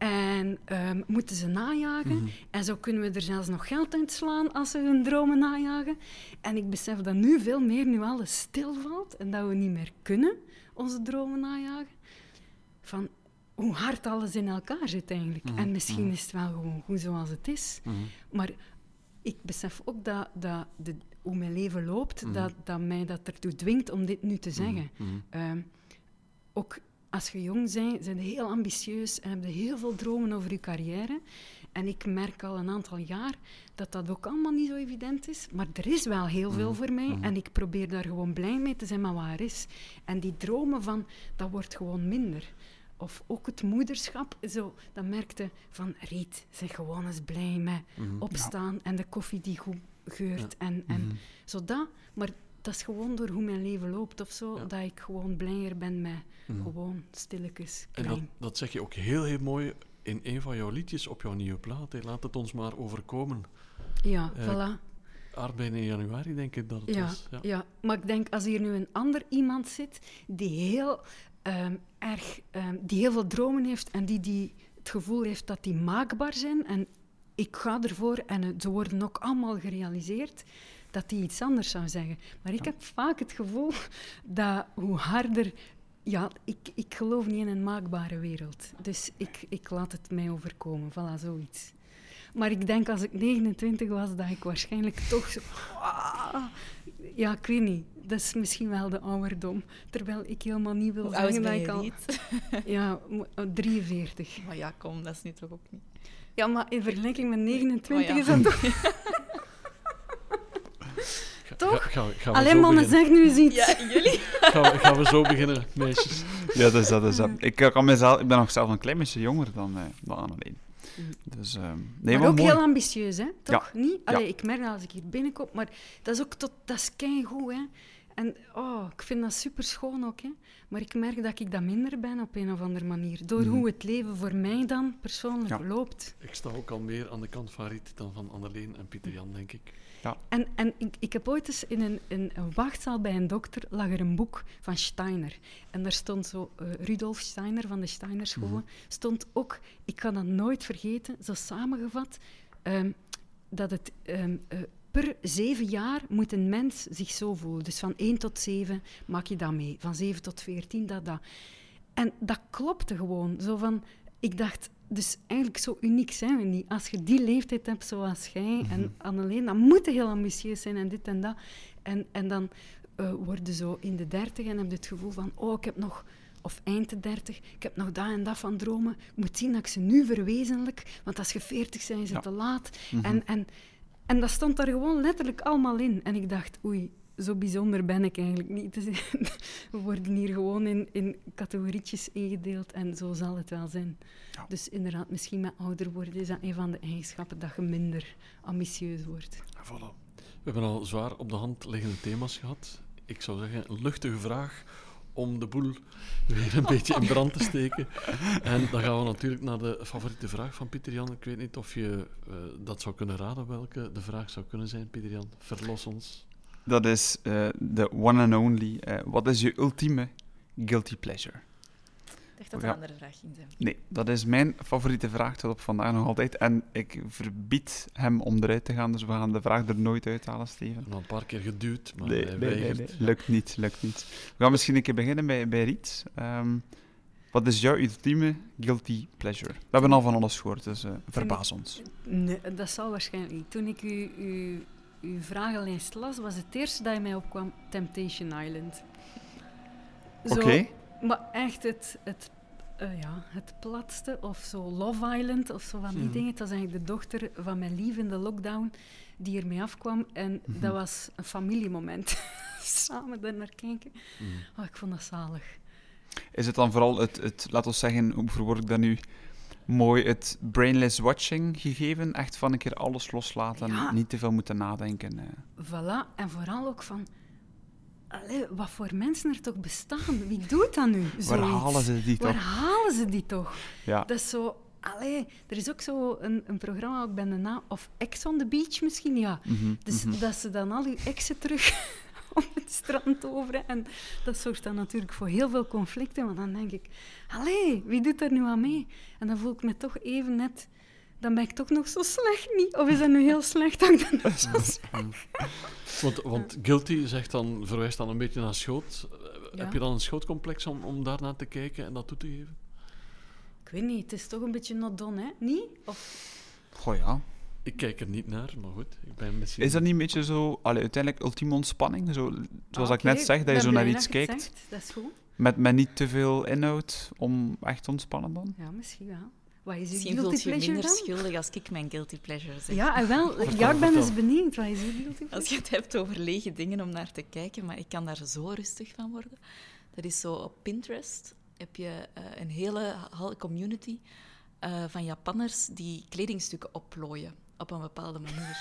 en um, moeten ze najagen. Mhm. En zo kunnen we er zelfs nog geld uit slaan als ze hun dromen najagen. En ik besef dat nu veel meer, nu alles stilvalt en dat we niet meer kunnen onze dromen najagen, van hoe hard alles in elkaar zit eigenlijk. Mhm. En misschien Mhm. is het wel gewoon goed zoals het is. Mhm. Maar ik besef ook dat, dat de, hoe mijn leven loopt, Mhm. dat, dat mij dat ertoe dwingt om dit nu te zeggen. Mhm. Ehm, ook als je jong bent, zijn je heel ambitieus en heb je heel veel dromen over je carrière. En ik merk al een aantal jaar dat dat ook allemaal niet zo evident is. Maar er is wel heel veel voor mij Mhm. en ik probeer daar gewoon blij mee te zijn met wat er is. En die dromen van, dat wordt gewoon minder. Of ook het moederschap, zo, dan merkte van, Riet, zeg gewoon eens blij met Mhm. opstaan en de koffie die goed geurt. En, en Mhm. zo dat. Maar dat is gewoon door hoe mijn leven loopt of zo, Ja. dat ik gewoon blijer ben met Mhm. gewoon stilletjes, En klein. dat, dat zeg je ook heel, heel mooi in een van jouw liedjes op jouw nieuwe plaat. Hè. Laat het ons maar overkomen. Ja, Eh, voilà. Aardbeien in januari, denk ik dat het Ja, was. Ja. ja, maar ik denk als hier nu een ander iemand zit die heel ehm, erg, ehm, die heel veel dromen heeft en die, die het gevoel heeft dat die maakbaar zijn en ik ga ervoor en het- ze worden ook allemaal gerealiseerd, dat die iets anders zou zeggen. Maar ik heb vaak het gevoel dat hoe harder... Ja, ik, ik geloof niet in een maakbare wereld. Dus ik, ik laat het mij overkomen. Voilà, zoiets. Maar ik denk als ik negenentwintig was, dat ik waarschijnlijk toch zo... Ah, ja, ik weet niet. Dat is misschien wel de ouderdom. Terwijl ik helemaal niet wil Hoe oud zeggen dat ben ik je, al... Riet? Ja, mo- oh, drieënveertig. Maar ja, kom, dat is nu toch ook niet... Ja, maar in vergelijking met negenentwintig Oh ja. is dat toch... Ga- Toch? Ga, ga- gaan we Alleen zo mannen, beginnen. zeg nu eens iets. Ja, jullie? Gaan we, gaan we zo beginnen, meisjes. Ja, dat is dat. Is dat. Ik, kan mezelf, ik ben nog zelf een klein beetje jonger dan, uh, dan Annelien. Dus, uh, nee, Maar ook mooi. heel ambitieus, hè? Toch? Ja. Niet? Allee, Ja. ik merk dat als ik hier binnenkom, maar dat is ook tot, dat is keigoed, hè? En oh, ik vind dat super schoon ook, hè? Maar ik merk dat ik dat minder ben op een of andere manier. Door Mhm. hoe het leven voor mij dan persoonlijk Ja. loopt. Ik sta ook al meer aan de kant van Riet dan van Anneleen en Pieter Jan, denk ik. En, en ik, ik heb ooit eens in een, een, een wachtzaal bij een dokter lag er een boek van Steiner. En daar stond zo, uh, Rudolf Steiner van de Steinerscholen, Mhm. stond ook, ik kan dat nooit vergeten, zo samengevat, um, dat het um, uh, per zeven jaar moet een mens zich zo voelen. Dus van één tot zeven maak je dat mee. Van zeven tot veertien, dat, dat. En dat klopte gewoon. Zo van, ik dacht, dus eigenlijk zo uniek zijn we niet. Als je die leeftijd hebt zoals jij Mhm. en Anneleen, dan moet je heel ambitieus zijn en dit en dat. En, en dan uh, word je zo in de dertig en heb je het gevoel van, oh, ik heb nog... Of eind de dertig, ik heb nog dat en dat van dromen. Ik moet zien dat ik ze nu verwezenlijk, want als je veertig bent, is het Ja. te laat. Mhm. En, en, en dat stond daar gewoon letterlijk allemaal in. En ik dacht, oei, zo bijzonder ben ik eigenlijk niet. Dus, we worden hier gewoon in, in categorietjes ingedeeld en zo zal het wel zijn. Ja. Dus inderdaad, misschien met ouder worden is dat een van de eigenschappen dat je minder ambitieus wordt. Voilà. We hebben al zwaar op de hand liggende thema's gehad. Ik zou zeggen, een luchtige vraag om de boel weer een beetje in brand te steken. En dan gaan we natuurlijk naar de favoriete vraag van Pieter-Jan. Ik weet niet of je uh, dat zou kunnen raden, welke de vraag zou kunnen zijn, Pieter-Jan. Verlos ons. Dat is uh, de one and only. Uh, wat is je ultieme guilty pleasure? Ik dacht dat Ja. een andere vraag ging zijn. Nee, dat is mijn favoriete vraag tot op vandaag nog altijd. En ik verbied hem om eruit te gaan, dus we gaan de vraag er nooit uithalen, Steven. We hebben al een paar keer geduwd, maar Nee, hij nee, nee, weigert. nee. Lukt niet, lukt niet. We gaan misschien een keer beginnen bij, bij Riet. Um, wat is jouw ultieme guilty pleasure? We hebben al van alles gehoord, dus uh, verbaas ons. Nee, dat zal waarschijnlijk niet. Toen ik u, u, uw vragenlijst las, was het eerste dat je mij opkwam Temptation Island. Zo, Oké. Okay. Maar echt het, het, uh, ja, het platste, of zo Love Island, of zo van die Hmm. dingen. Het was eigenlijk de dochter van mijn lief in de lockdown die ermee afkwam. En Mhm. dat was een familiemoment. Samen daar naar kijken. Mm. Oh, ik vond dat zalig. Is het dan vooral het, het laten we zeggen, hoe verwoord ik dat nu, mooi het brainless watching gegeven? Echt van een keer alles loslaten, Ja. niet te veel moeten nadenken. Uh. Voilà. En vooral ook van... Allee, wat voor mensen er toch bestaan? Wie doet dat nu? Waar Zoiets? halen ze die Waar toch? halen ze die toch? Ja. Dat is zo... Allee, er is ook zo een, een programma, ik ben de naam... Of Ex on the Beach misschien, ja. Mm-hmm, Dus mm-hmm. dat ze dan al uw exen terug op het strand toveren. En dat zorgt dan natuurlijk voor heel veel conflicten. Want dan denk ik... Allee, wie doet daar nu aan mee? En dan voel ik me toch even net... Dan ben ik toch nog zo slecht niet. Of is dat nu heel slecht dat ik dat nog zo zeg? Want, want guilty zegt dan, verwijst dan een beetje naar schoot. Ja. Heb je dan een schootcomplex om, om daarnaar te kijken en dat toe te geven? Ik weet niet, het is toch een beetje not done, hè? Niet? Of... Goh ja. Ik kijk er niet naar, maar goed. Ik ben misschien... Is dat niet een beetje zo, allee, uiteindelijk ultieme ontspanning? Zo, zoals Ah, ik net oké, zeg, dat je ben zo naar blij iets dat je het kijkt, zegt. Dat is goed. met, met niet te veel inhoud, om echt te ontspannen dan? Ja, misschien wel. Wat is uw Misschien guilty voelt je pleasure minder dan? schuldig als ik mijn guilty pleasure zeg. Ja, en wel. Ja, ik ben eens benieuwd. Wat is uw guilty pleasure? Als je het hebt over lege dingen om naar te kijken, maar ik kan daar zo rustig van worden. Dat is zo op Pinterest heb je uh, een hele community uh, van Japanners die kledingstukken opplooien op een bepaalde manier.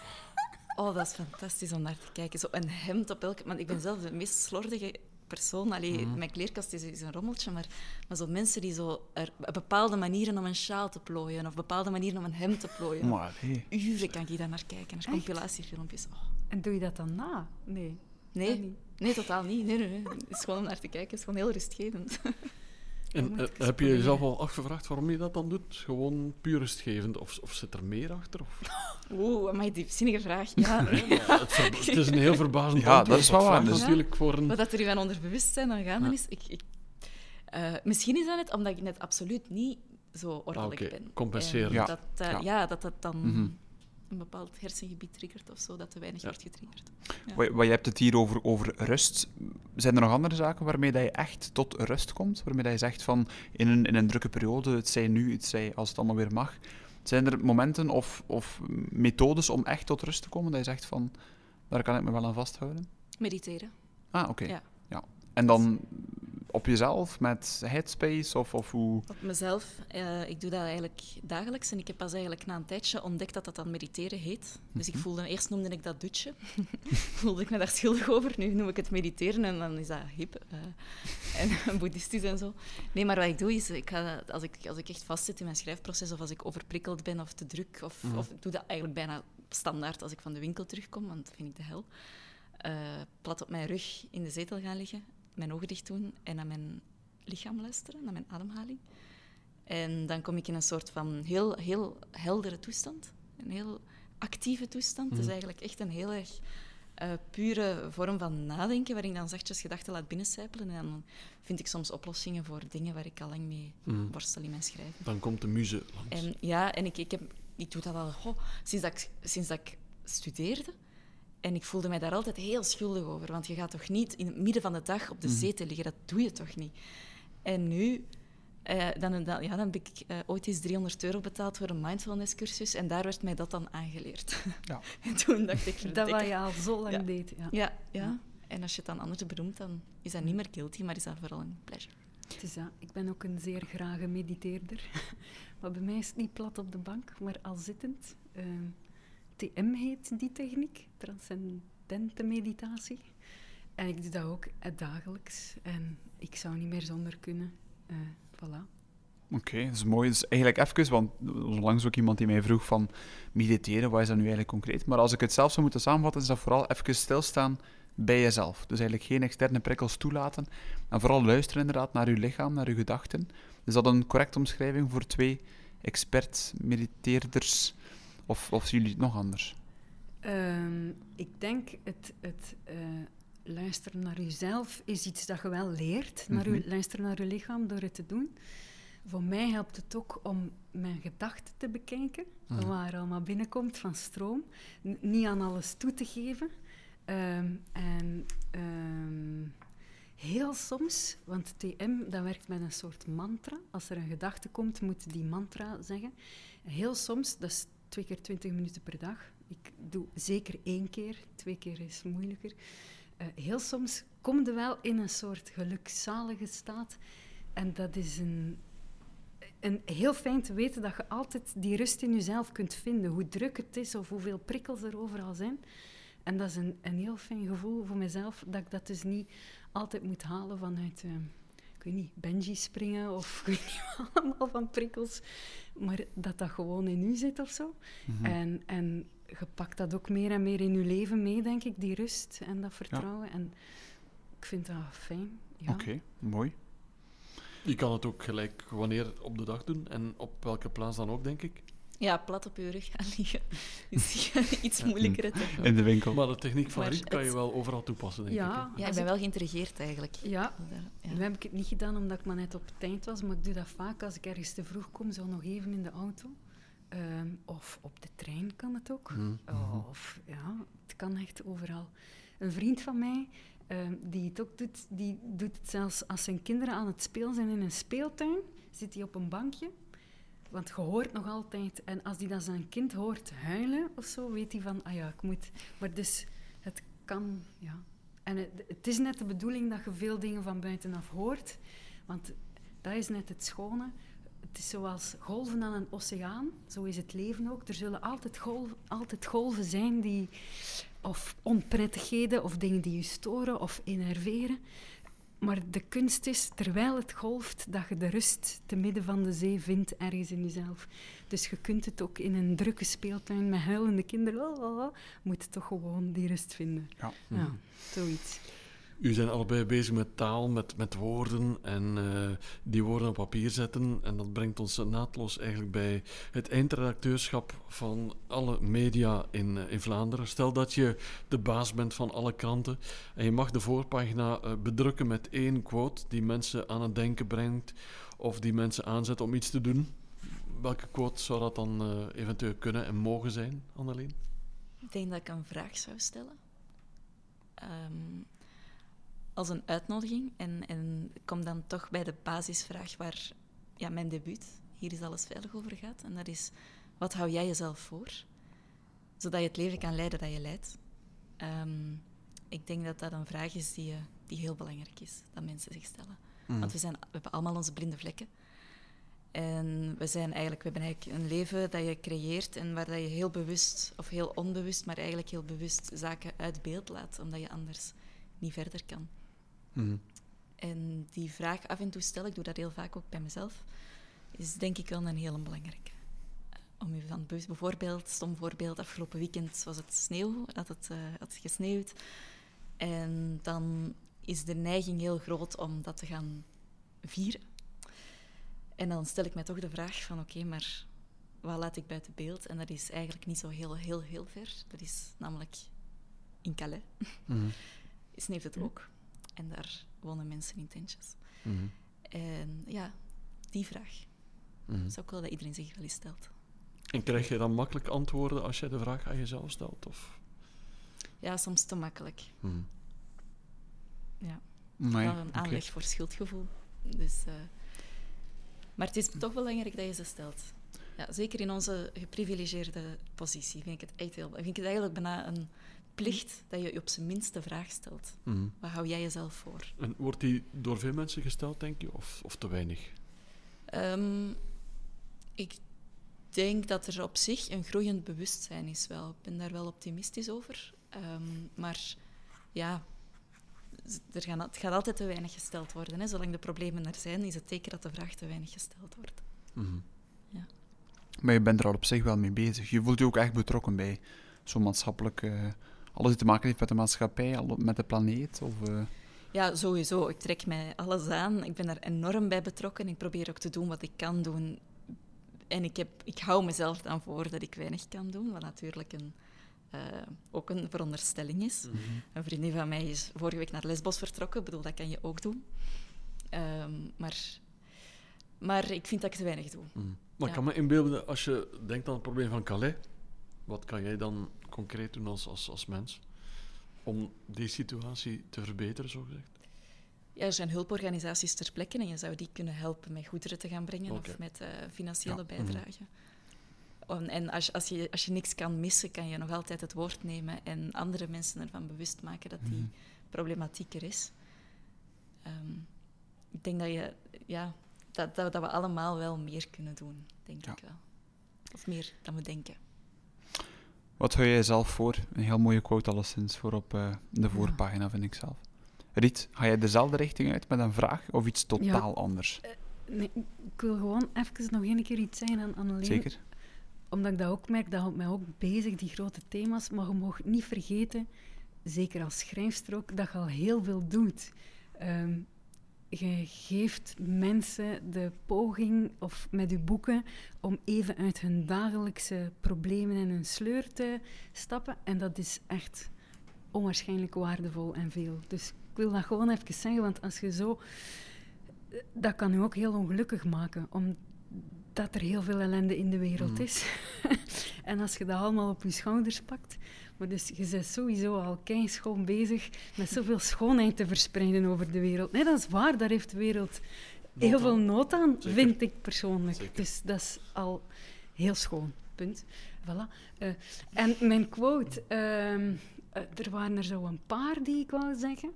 Oh, dat is fantastisch om naar te kijken. Zo een hemd op elke... Want ik ben zelf de meest slordige persoon. Allee, Mhm. mijn kleerkast is, is een rommeltje, maar, maar zo mensen die zo er, bepaalde manieren om een sjaal te plooien of bepaalde manieren om een hemd te plooien. Maar nee. Uren kan ik daar naar kijken, naar Echt? compilatiefilmpjes. Oh. En doe je dat dan na? Nee. Dat Nee, niet. nee, totaal niet. Nee, nee, nee. Het is gewoon om naar te kijken. Het is gewoon heel rustgevend. En moet uh, ik eens heb je jezelf proberen. al afgevraagd waarom je dat dan doet? Gewoon puur rustgevend? Of, of zit er meer achter? Of... Oeh, maar diepzinnige vraag. Ja. Nee, maar het, ver- het is een heel verbazend Ja, antwoord. dat is wel Dat waar. vraagt Dus- natuurlijk voor een... Wat dat er in mijn onderbewustzijn dan gaande Ja. is... Ik, ik, uh, misschien is dat het omdat ik net absoluut niet zo ordelijk Ah, oké. ben. Compenseren. En Ja. Dat, uh, Ja. ja, dat dat dan Mhm. een bepaald hersengebied triggert of zo, dat te weinig Ja. wordt getriggerd. Ja. Wat, wat je hebt het hier over, over rust. Zijn er nog andere zaken waarmee dat je echt tot rust komt? Waarmee dat je zegt van in een, in een drukke periode, het zij nu, het zij als het allemaal weer mag. Zijn er momenten of, of methodes om echt tot rust te komen dat je zegt van daar kan ik me wel aan vasthouden? Mediteren. Ah, oké. Ja. Ja. En dan op jezelf met Headspace of, of hoe? Op mezelf. Uh, ik doe dat eigenlijk dagelijks. En ik heb pas eigenlijk na een tijdje ontdekt dat dat dan mediteren heet. Dus ik Mhm. voelde, eerst noemde ik dat dutje. voelde ik me daar schuldig over. Nu noem ik het mediteren en dan is dat hip. Uh, en boeddhistisch en zo. Nee, maar wat ik doe is, ik ga, als, ik, als ik echt vastzit in mijn schrijfproces of als ik overprikkeld ben of te druk, of, Mhm. of ik doe dat eigenlijk bijna standaard als ik van de winkel terugkom, want dat vind ik de hel. Uh, plat op mijn rug in de zetel gaan liggen, mijn ogen dicht doen en naar mijn lichaam luisteren, naar mijn ademhaling. En dan kom ik in een soort van heel, heel heldere toestand. Een heel actieve toestand. Het Mhm. is eigenlijk echt een heel erg uh, pure vorm van nadenken, waar ik dan zachtjes gedachten laat binnencijpelen. En dan vind ik soms oplossingen voor dingen waar ik al lang mee Mhm. worstel in mijn schrijven. Dan komt de muze langs. En ja, en ik, ik, heb, ik doe dat al oh, sinds, dat ik, sinds dat ik studeerde. En ik voelde mij daar altijd heel schuldig over. Want je gaat toch niet in het midden van de dag op de zetel liggen? Dat doe je toch niet? En nu... Uh, dan, dan, ja, dan heb ik uh, ooit eens driehonderd euro betaald voor een mindfulness-cursus. En daar werd mij dat dan aangeleerd. Ja. En toen dacht ik... Dat wat je al zo lang ja. deed. Ja. Ja, ja. En als je het dan anders benoemt, dan is dat niet meer guilty, maar is dat vooral een pleasure. Het is dat. Ik ben ook een zeer grage mediteerder. Maar bij mij is het niet plat op de bank, maar al zittend. Uh, T M heet die techniek, transcendente meditatie. En ik doe dat ook uh, dagelijks. En ik zou niet meer zonder kunnen. Uh, voilà. Oké, okay, dat is mooi. Dus eigenlijk even, want onlangs ook iemand die mij vroeg van mediteren, wat is dat nu eigenlijk concreet? Maar als ik het zelf zou moeten samenvatten, is dat vooral even stilstaan bij jezelf. Dus eigenlijk geen externe prikkels toelaten. En vooral luisteren inderdaad naar je lichaam, naar je gedachten. Is dat een correcte omschrijving voor twee expert-mediteerders? Of, of zien jullie het nog anders? Um, ik denk het... het uh, luisteren naar jezelf is iets dat je wel leert. Mm-hmm. Naar je, luisteren naar je lichaam door het te doen. Voor mij helpt het ook om mijn gedachten te bekijken. Mm. Waar allemaal binnenkomt van stroom. N- niet aan alles toe te geven. Um, en um, heel soms, want T M dat werkt met een soort mantra. Als er een gedachte komt, moet die mantra zeggen. En heel soms, dat is twee keer twintig minuten per dag. Ik doe zeker één keer. Twee keer is moeilijker. Uh, heel soms kom je wel in een soort gelukzalige staat. En dat is een, een heel fijn te weten dat je altijd die rust in jezelf kunt vinden. Hoe druk het is of hoeveel prikkels er overal zijn. En dat is een, een heel fijn gevoel voor mezelf, dat ik dat dus niet altijd moet halen vanuit, uh, ik weet niet, bungee springen of ik weet niet allemaal van prikkels. Maar dat dat gewoon in u zit of zo. Mm-hmm. En... en je pakt dat ook meer en meer in je leven mee, denk ik, die rust en dat vertrouwen. Ja. En ik vind dat fijn. Ja. Oké, okay, mooi. Je kan het ook gelijk wanneer op de dag doen en op welke plaats dan ook, denk ik. Ja, plat op je rug gaan liggen is iets moeilijker. Ja. In de winkel. Maar de techniek van maar Riet kan je wel overal toepassen, denk ja, ik. Hè? Ja, ik ben wel geïntrigeerd eigenlijk. Ja, ja, nu heb ik het niet gedaan omdat ik maar net op het eind was, maar ik doe dat vaak als ik ergens te vroeg kom, zo nog even in de auto. Um, of op de trein kan het ook. Mm-hmm. Of ja, het kan echt overal. Een vriend van mij, um, die het ook doet, die doet het zelfs als zijn kinderen aan het spelen zijn in een speeltuin, zit hij op een bankje. Want je hoort nog altijd, en als hij dan zijn kind hoort huilen of zo, weet hij van, ah ja, ik moet... Maar dus, het kan, ja. En het, het is net de bedoeling dat je veel dingen van buitenaf hoort, want dat is net het schone. Het is zoals golven aan een oceaan, zo is het leven ook. Er zullen altijd, golven, altijd golven zijn, die, of onprettigheden, of dingen die je storen of enerveren. Maar de kunst is, terwijl het golft, dat je de rust te midden van de zee vindt ergens in jezelf. Dus je kunt het ook in een drukke speeltuin met huilende kinderen, oh, oh, oh, moet je toch gewoon die rust vinden. Ja, ja zoiets. U zijn allebei bezig met taal, met, met woorden en uh, die woorden op papier zetten. En dat brengt ons naadloos eigenlijk bij het eindredacteurschap van alle media in, uh, in Vlaanderen. Stel dat je de baas bent van alle kranten en je mag de voorpagina uh, bedrukken met één quote die mensen aan het denken brengt of die mensen aanzet om iets te doen. Welke quote zou dat dan uh, eventueel kunnen en mogen zijn, Anneleen? Ik denk dat ik een vraag zou stellen. Um, als een uitnodiging. En, en kom dan toch bij de basisvraag waar ja, mijn debuut, Hier is alles veilig, over gaat. En dat is, wat hou jij jezelf voor? Zodat je het leven kan leiden dat je leidt. Um, ik denk dat dat een vraag is die, die heel belangrijk is, dat mensen zich stellen. Mm. Want we, zijn, we hebben allemaal onze blinde vlekken. En we, zijn eigenlijk, we hebben eigenlijk een leven dat je creëert en waar dat je heel bewust, of heel onbewust, maar eigenlijk heel bewust zaken uit beeld laat, omdat je anders niet verder kan. Mm. En die vraag af en toe stellen, ik doe dat heel vaak ook bij mezelf, is denk ik wel een heel belangrijke. Om je van bewust, bijvoorbeeld, stom voorbeeld, afgelopen weekend was het sneeuw, had het, uh, had het gesneeuwd. En dan is de neiging heel groot om dat te gaan vieren. En dan stel ik mij toch de vraag van, oké, okay, maar wat laat ik buiten beeld? En dat is eigenlijk niet zo heel, heel, heel ver. Dat is namelijk in Calais. Mm-hmm. Sneeuwt het ook. En daar wonen mensen in tentjes. Mm-hmm. En ja, die vraag. Mm-hmm. Zou ik wel dat iedereen zich wel eens stelt. En krijg je dan makkelijk antwoorden als je de vraag aan jezelf stelt? Of? ja, soms te makkelijk. Hmm. Ja. Nee, Wel een aanleg oké. voor schuldgevoel. Dus, uh... Maar het is toch belangrijk dat je ze stelt. Ja, zeker in onze geprivilegeerde positie vind ik het echt heel... Vind ik het eigenlijk bijna een plicht dat je je op zijn minst de vraag stelt. Hmm. Wat hou jij jezelf voor? En wordt die door veel mensen gesteld, denk je, of, of te weinig? Um, ik denk dat er op zich een groeiend bewustzijn is wel. Ik ben daar wel optimistisch over. Um, maar ja... Er gaan, het gaat altijd te weinig gesteld worden. Hè. Zolang de problemen er zijn, is het teken dat de vraag te weinig gesteld wordt. Mm-hmm. Ja. Maar je bent er al op zich wel mee bezig. Je voelt je ook echt betrokken bij zo'n maatschappelijk... Uh, alles die te maken heeft met de maatschappij, met de planeet? Of, uh... Ja, sowieso. Ik trek mij alles aan. Ik ben daar enorm bij betrokken. Ik probeer ook te doen wat ik kan doen. En ik, heb, ik hou mezelf dan voor dat ik weinig kan doen, wat natuurlijk een... Uh, ook een veronderstelling is. Mm-hmm. Een vriendin van mij is vorige week naar Lesbos vertrokken. Ik bedoel, dat kan je ook doen. Um, maar, maar ik vind dat ik te weinig doe. Mm. Maar ja. Ik kan me inbeelden, als je denkt aan het probleem van Calais, wat kan jij dan concreet doen als, als, als mens om die situatie te verbeteren, zogezegd? Ja, er zijn hulporganisaties ter plekke en je zou die kunnen helpen met goederen te gaan brengen okay. of met uh, financiële ja. bijdrage. Mm-hmm. En als, als, je, als je niks kan missen, kan je nog altijd het woord nemen en andere mensen ervan bewust maken dat die mm. problematiek er is. Um, ik denk dat, je, ja, dat, dat, dat we allemaal wel meer kunnen doen, denk ja. ik wel. Of meer dan we denken. Wat hou jij zelf voor? Een heel mooie quote alleszins voor op uh, de voorpagina, ja. vind ik zelf. Riet, ga jij dezelfde richting uit met een vraag of iets totaal ja. anders? Uh, nee, ik wil gewoon even nog één keer iets zeggen aan Annelien. Zeker. Omdat ik dat ook merk, dat houdt mij ook bezig, die grote thema's. Maar je mag niet vergeten, zeker als schrijfster ook, dat je al heel veel doet. Um, je geeft mensen de poging, of met je boeken, om even uit hun dagelijkse problemen en hun sleur te stappen. En dat is echt onwaarschijnlijk waardevol en veel. Dus ik wil dat gewoon even zeggen, want als je zo... Dat kan je ook heel ongelukkig maken, om dat er heel veel ellende in de wereld mm. is. En als je dat allemaal op je schouders pakt... Maar dus je bent sowieso al keischoon bezig met zoveel schoonheid te verspreiden over de wereld. Nee, dat is waar, daar heeft de wereld heel nood veel nood aan, Zeker. vind ik persoonlijk. Zeker. Dus dat is al heel schoon, punt. Voilà. Uh, en mijn quote, uh, uh, er waren er zo een paar die ik wou zeggen.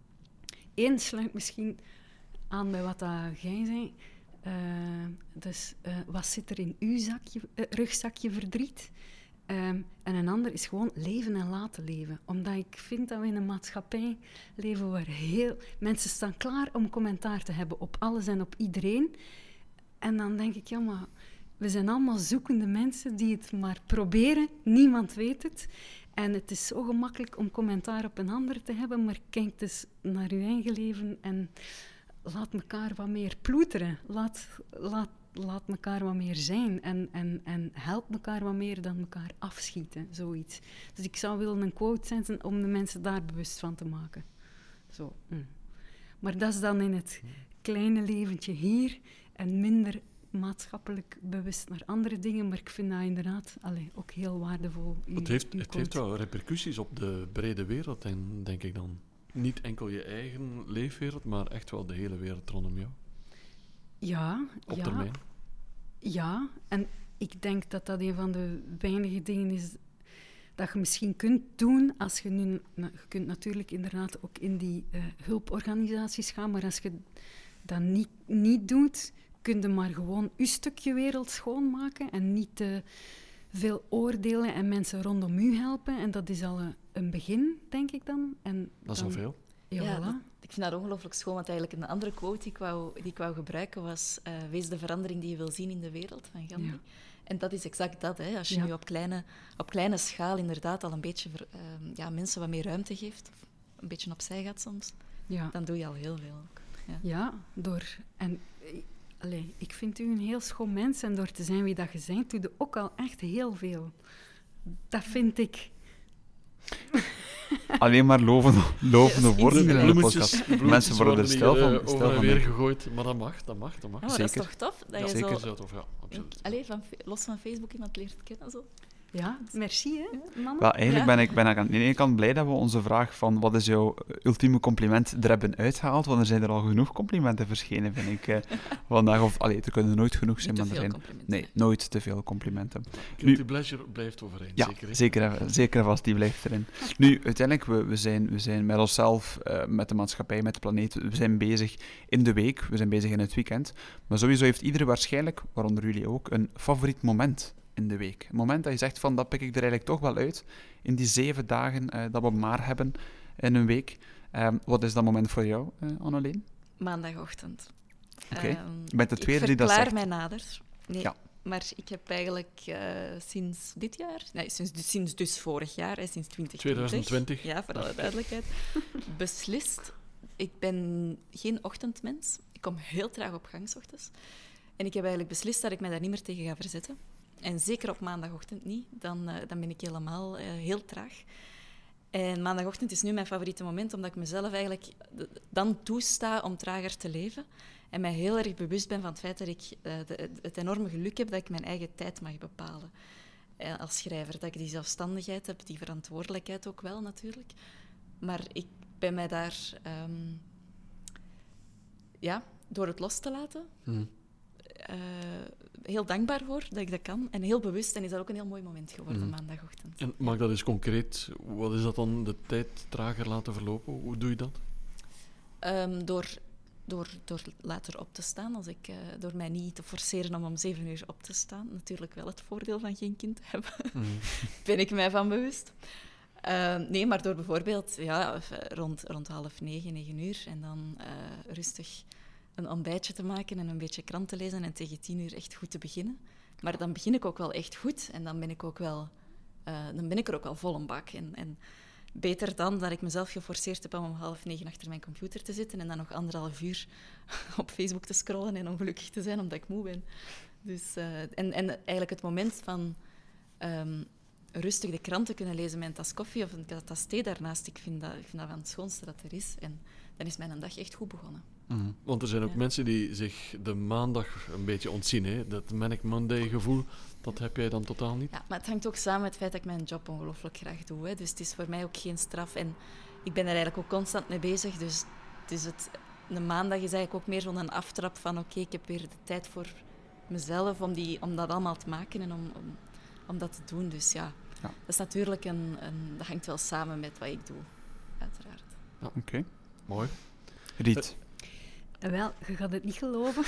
Eén sluit misschien aan bij wat uh, jij zei. Uh, dus uh, wat zit er in uw zakje, uh, rugzakje verdriet? Um, en een ander is gewoon leven en laten leven. Omdat ik vind dat we in een maatschappij leven waar heel... Mensen staan klaar om commentaar te hebben op alles en op iedereen. En dan denk ik, ja, maar we zijn allemaal zoekende mensen die het maar proberen. Niemand weet het. En het is zo gemakkelijk om commentaar op een ander te hebben, maar kijk dus naar uw eigen leven en laat elkaar wat meer ploeteren. Laat... laat Laat elkaar wat meer zijn en, en, en help elkaar wat meer dan elkaar afschieten, zoiets. Dus ik zou willen een quote zetten om de mensen daar bewust van te maken. Zo. Mm. Maar dat is dan in het kleine leventje hier en minder maatschappelijk bewust naar andere dingen, maar ik vind dat inderdaad allee, ook heel waardevol. U, het heeft, het heeft wel repercussies op de brede wereld, en denk ik dan. Niet enkel je eigen leefwereld, maar echt wel de hele wereld rondom jou. Ja, op ja. termijn. Ja, en ik denk dat dat een van de weinige dingen is dat je misschien kunt doen als je nu... Nou, je kunt natuurlijk inderdaad ook in die uh, hulporganisaties gaan, maar als je dat niet, niet doet, kun je maar gewoon je stukje wereld schoonmaken en niet te veel oordelen en mensen rondom u helpen. En dat is al een, een begin, denk ik dan. En dat is dan, al veel. Ja, ja voilà. dat, ik vind dat ongelooflijk schoon, want eigenlijk een andere quote die ik wou, die ik wou gebruiken was uh, wees de verandering die je wil zien in de wereld, van Gandhi. Ja. En dat is exact dat. Hè. Als je ja. nu op kleine, op kleine schaal inderdaad al een beetje ver, uh, ja, mensen wat meer ruimte geeft, of een beetje opzij gaat soms, ja. dan doe je al heel veel ook. Ja, ja door... En, allee, ik vind u een heel schoon mens en door te zijn wie dat je bent, doe je ook al echt heel veel. Dat vind ik... Alleen maar lovende, lovende yes, woorden in de podcast. Mensen worden er stil van. Uh, over en weer gegooid, maar dat mag, dat mag, dat mag. Ja, maar zeker. dat is toch tof? Dat ja, je zeker zo... zo tof, ja, absoluut. Allee, van, los van Facebook iemand leert kennen, zo. Ja, merci, hè, mannen. Wel, eigenlijk Ja. ben ik ben ik aan de ene kant blij dat we onze vraag van wat is jouw ultieme compliment er hebben uitgehaald, want er zijn er al genoeg complimenten verschenen, vind ik, eh, vandaag. Of, allee, er kunnen nooit genoeg zijn, Niet te maar er veel zijn... complimenten. Nee, nooit te veel complimenten. Guilty pleasure blijft overeind, Ja, zeker. hè? zeker, en- zeker en vast, die blijft erin. Nu, uiteindelijk, we, we, zijn, we zijn met onszelf, eh, met de maatschappij, met de planeet, we zijn bezig in de week, we zijn bezig in het weekend, maar sowieso heeft iedereen waarschijnlijk, waaronder jullie ook, een favoriet moment in de week. Een moment dat je zegt van, dat pik ik er eigenlijk toch wel uit, in die zeven dagen eh, dat we maar hebben in een week. Eh, wat is dat moment voor jou, eh, Anneleen? Maandagochtend. Oké. Ehm, Je bent de ik- tweede ik die dat verklaar zegt. mij nader. Nee, Ja. maar ik heb eigenlijk eh, sinds dit jaar, nee, sinds, sinds dus vorig jaar, hè, sinds twintig twintig, twintig twintig. ja, voor alle duidelijkheid, beslist. Ik ben geen ochtendmens. Ik kom heel traag op gang 's ochtends. En ik heb eigenlijk beslist dat ik mij daar niet meer tegen ga verzetten. En zeker op maandagochtend niet. Dan, eh, dan ben ik helemaal eh, heel traag. En maandagochtend is nu mijn favoriete moment, omdat ik mezelf eigenlijk d- dan toesta om trager te leven. En mij heel erg bewust ben van het feit dat ik eh, de, het enorme geluk heb dat ik mijn eigen tijd mag bepalen. Eh, als schrijver, dat ik die zelfstandigheid heb, die verantwoordelijkheid ook wel natuurlijk. Maar ik ben mij daar ehm, ja, door het los te laten Hm. eh, heel dankbaar voor dat ik dat kan. En heel bewust. En is dat ook een heel mooi moment geworden, Mhm. maandagochtend. En maak dat eens concreet. Wat is dat dan, de tijd trager laten verlopen? Hoe doe je dat? Ehm, door, door, door later op te staan, als ik, eh, door mij niet te forceren om om zeven uur op te staan. Natuurlijk wel het voordeel van geen kind te hebben. Mhm. Ben ik mij van bewust. Ehm, nee, maar door bijvoorbeeld ja, of, eh, rond, rond half negen, negen uur en dan eh, rustig een ontbijtje te maken en een beetje krant te lezen en tegen tien uur echt goed te beginnen. Maar dan begin ik ook wel echt goed en dan ben ik, ook wel, eh, dan ben ik er ook wel vol een bak. En, en beter dan dat ik mezelf geforceerd heb om om half negen achter mijn computer te zitten en dan nog anderhalf uur op Facebook te scrollen en ongelukkig te zijn omdat ik moe ben. Dus, eh, en, en eigenlijk het moment van ehm, rustig de krant te kunnen lezen met een tas koffie of een tas thee daarnaast, ik vind dat, ik vind dat van het schoonste dat er is. En dan is mijn dag echt goed begonnen. Mhm. Want er zijn ook Ja. mensen die zich de maandag een beetje ontzien. Hè? Dat Manic Monday gevoel, dat heb jij dan totaal niet. Ja, maar het hangt ook samen met het feit dat ik mijn job ongelooflijk graag doe. Hè. Dus het is voor mij ook geen straf. En ik ben er eigenlijk ook constant mee bezig. Dus, dus het, de maandag is eigenlijk ook meer zo'n aftrap van oké, ik heb weer de tijd voor mezelf om, die, om dat allemaal te maken en om, om, om dat te doen. Dus ja, Ja. dat is natuurlijk een, een... Dat hangt wel samen met wat ik doe, uiteraard. Oké. Mooi. Riet. Eh, Wel, je gaat het niet geloven.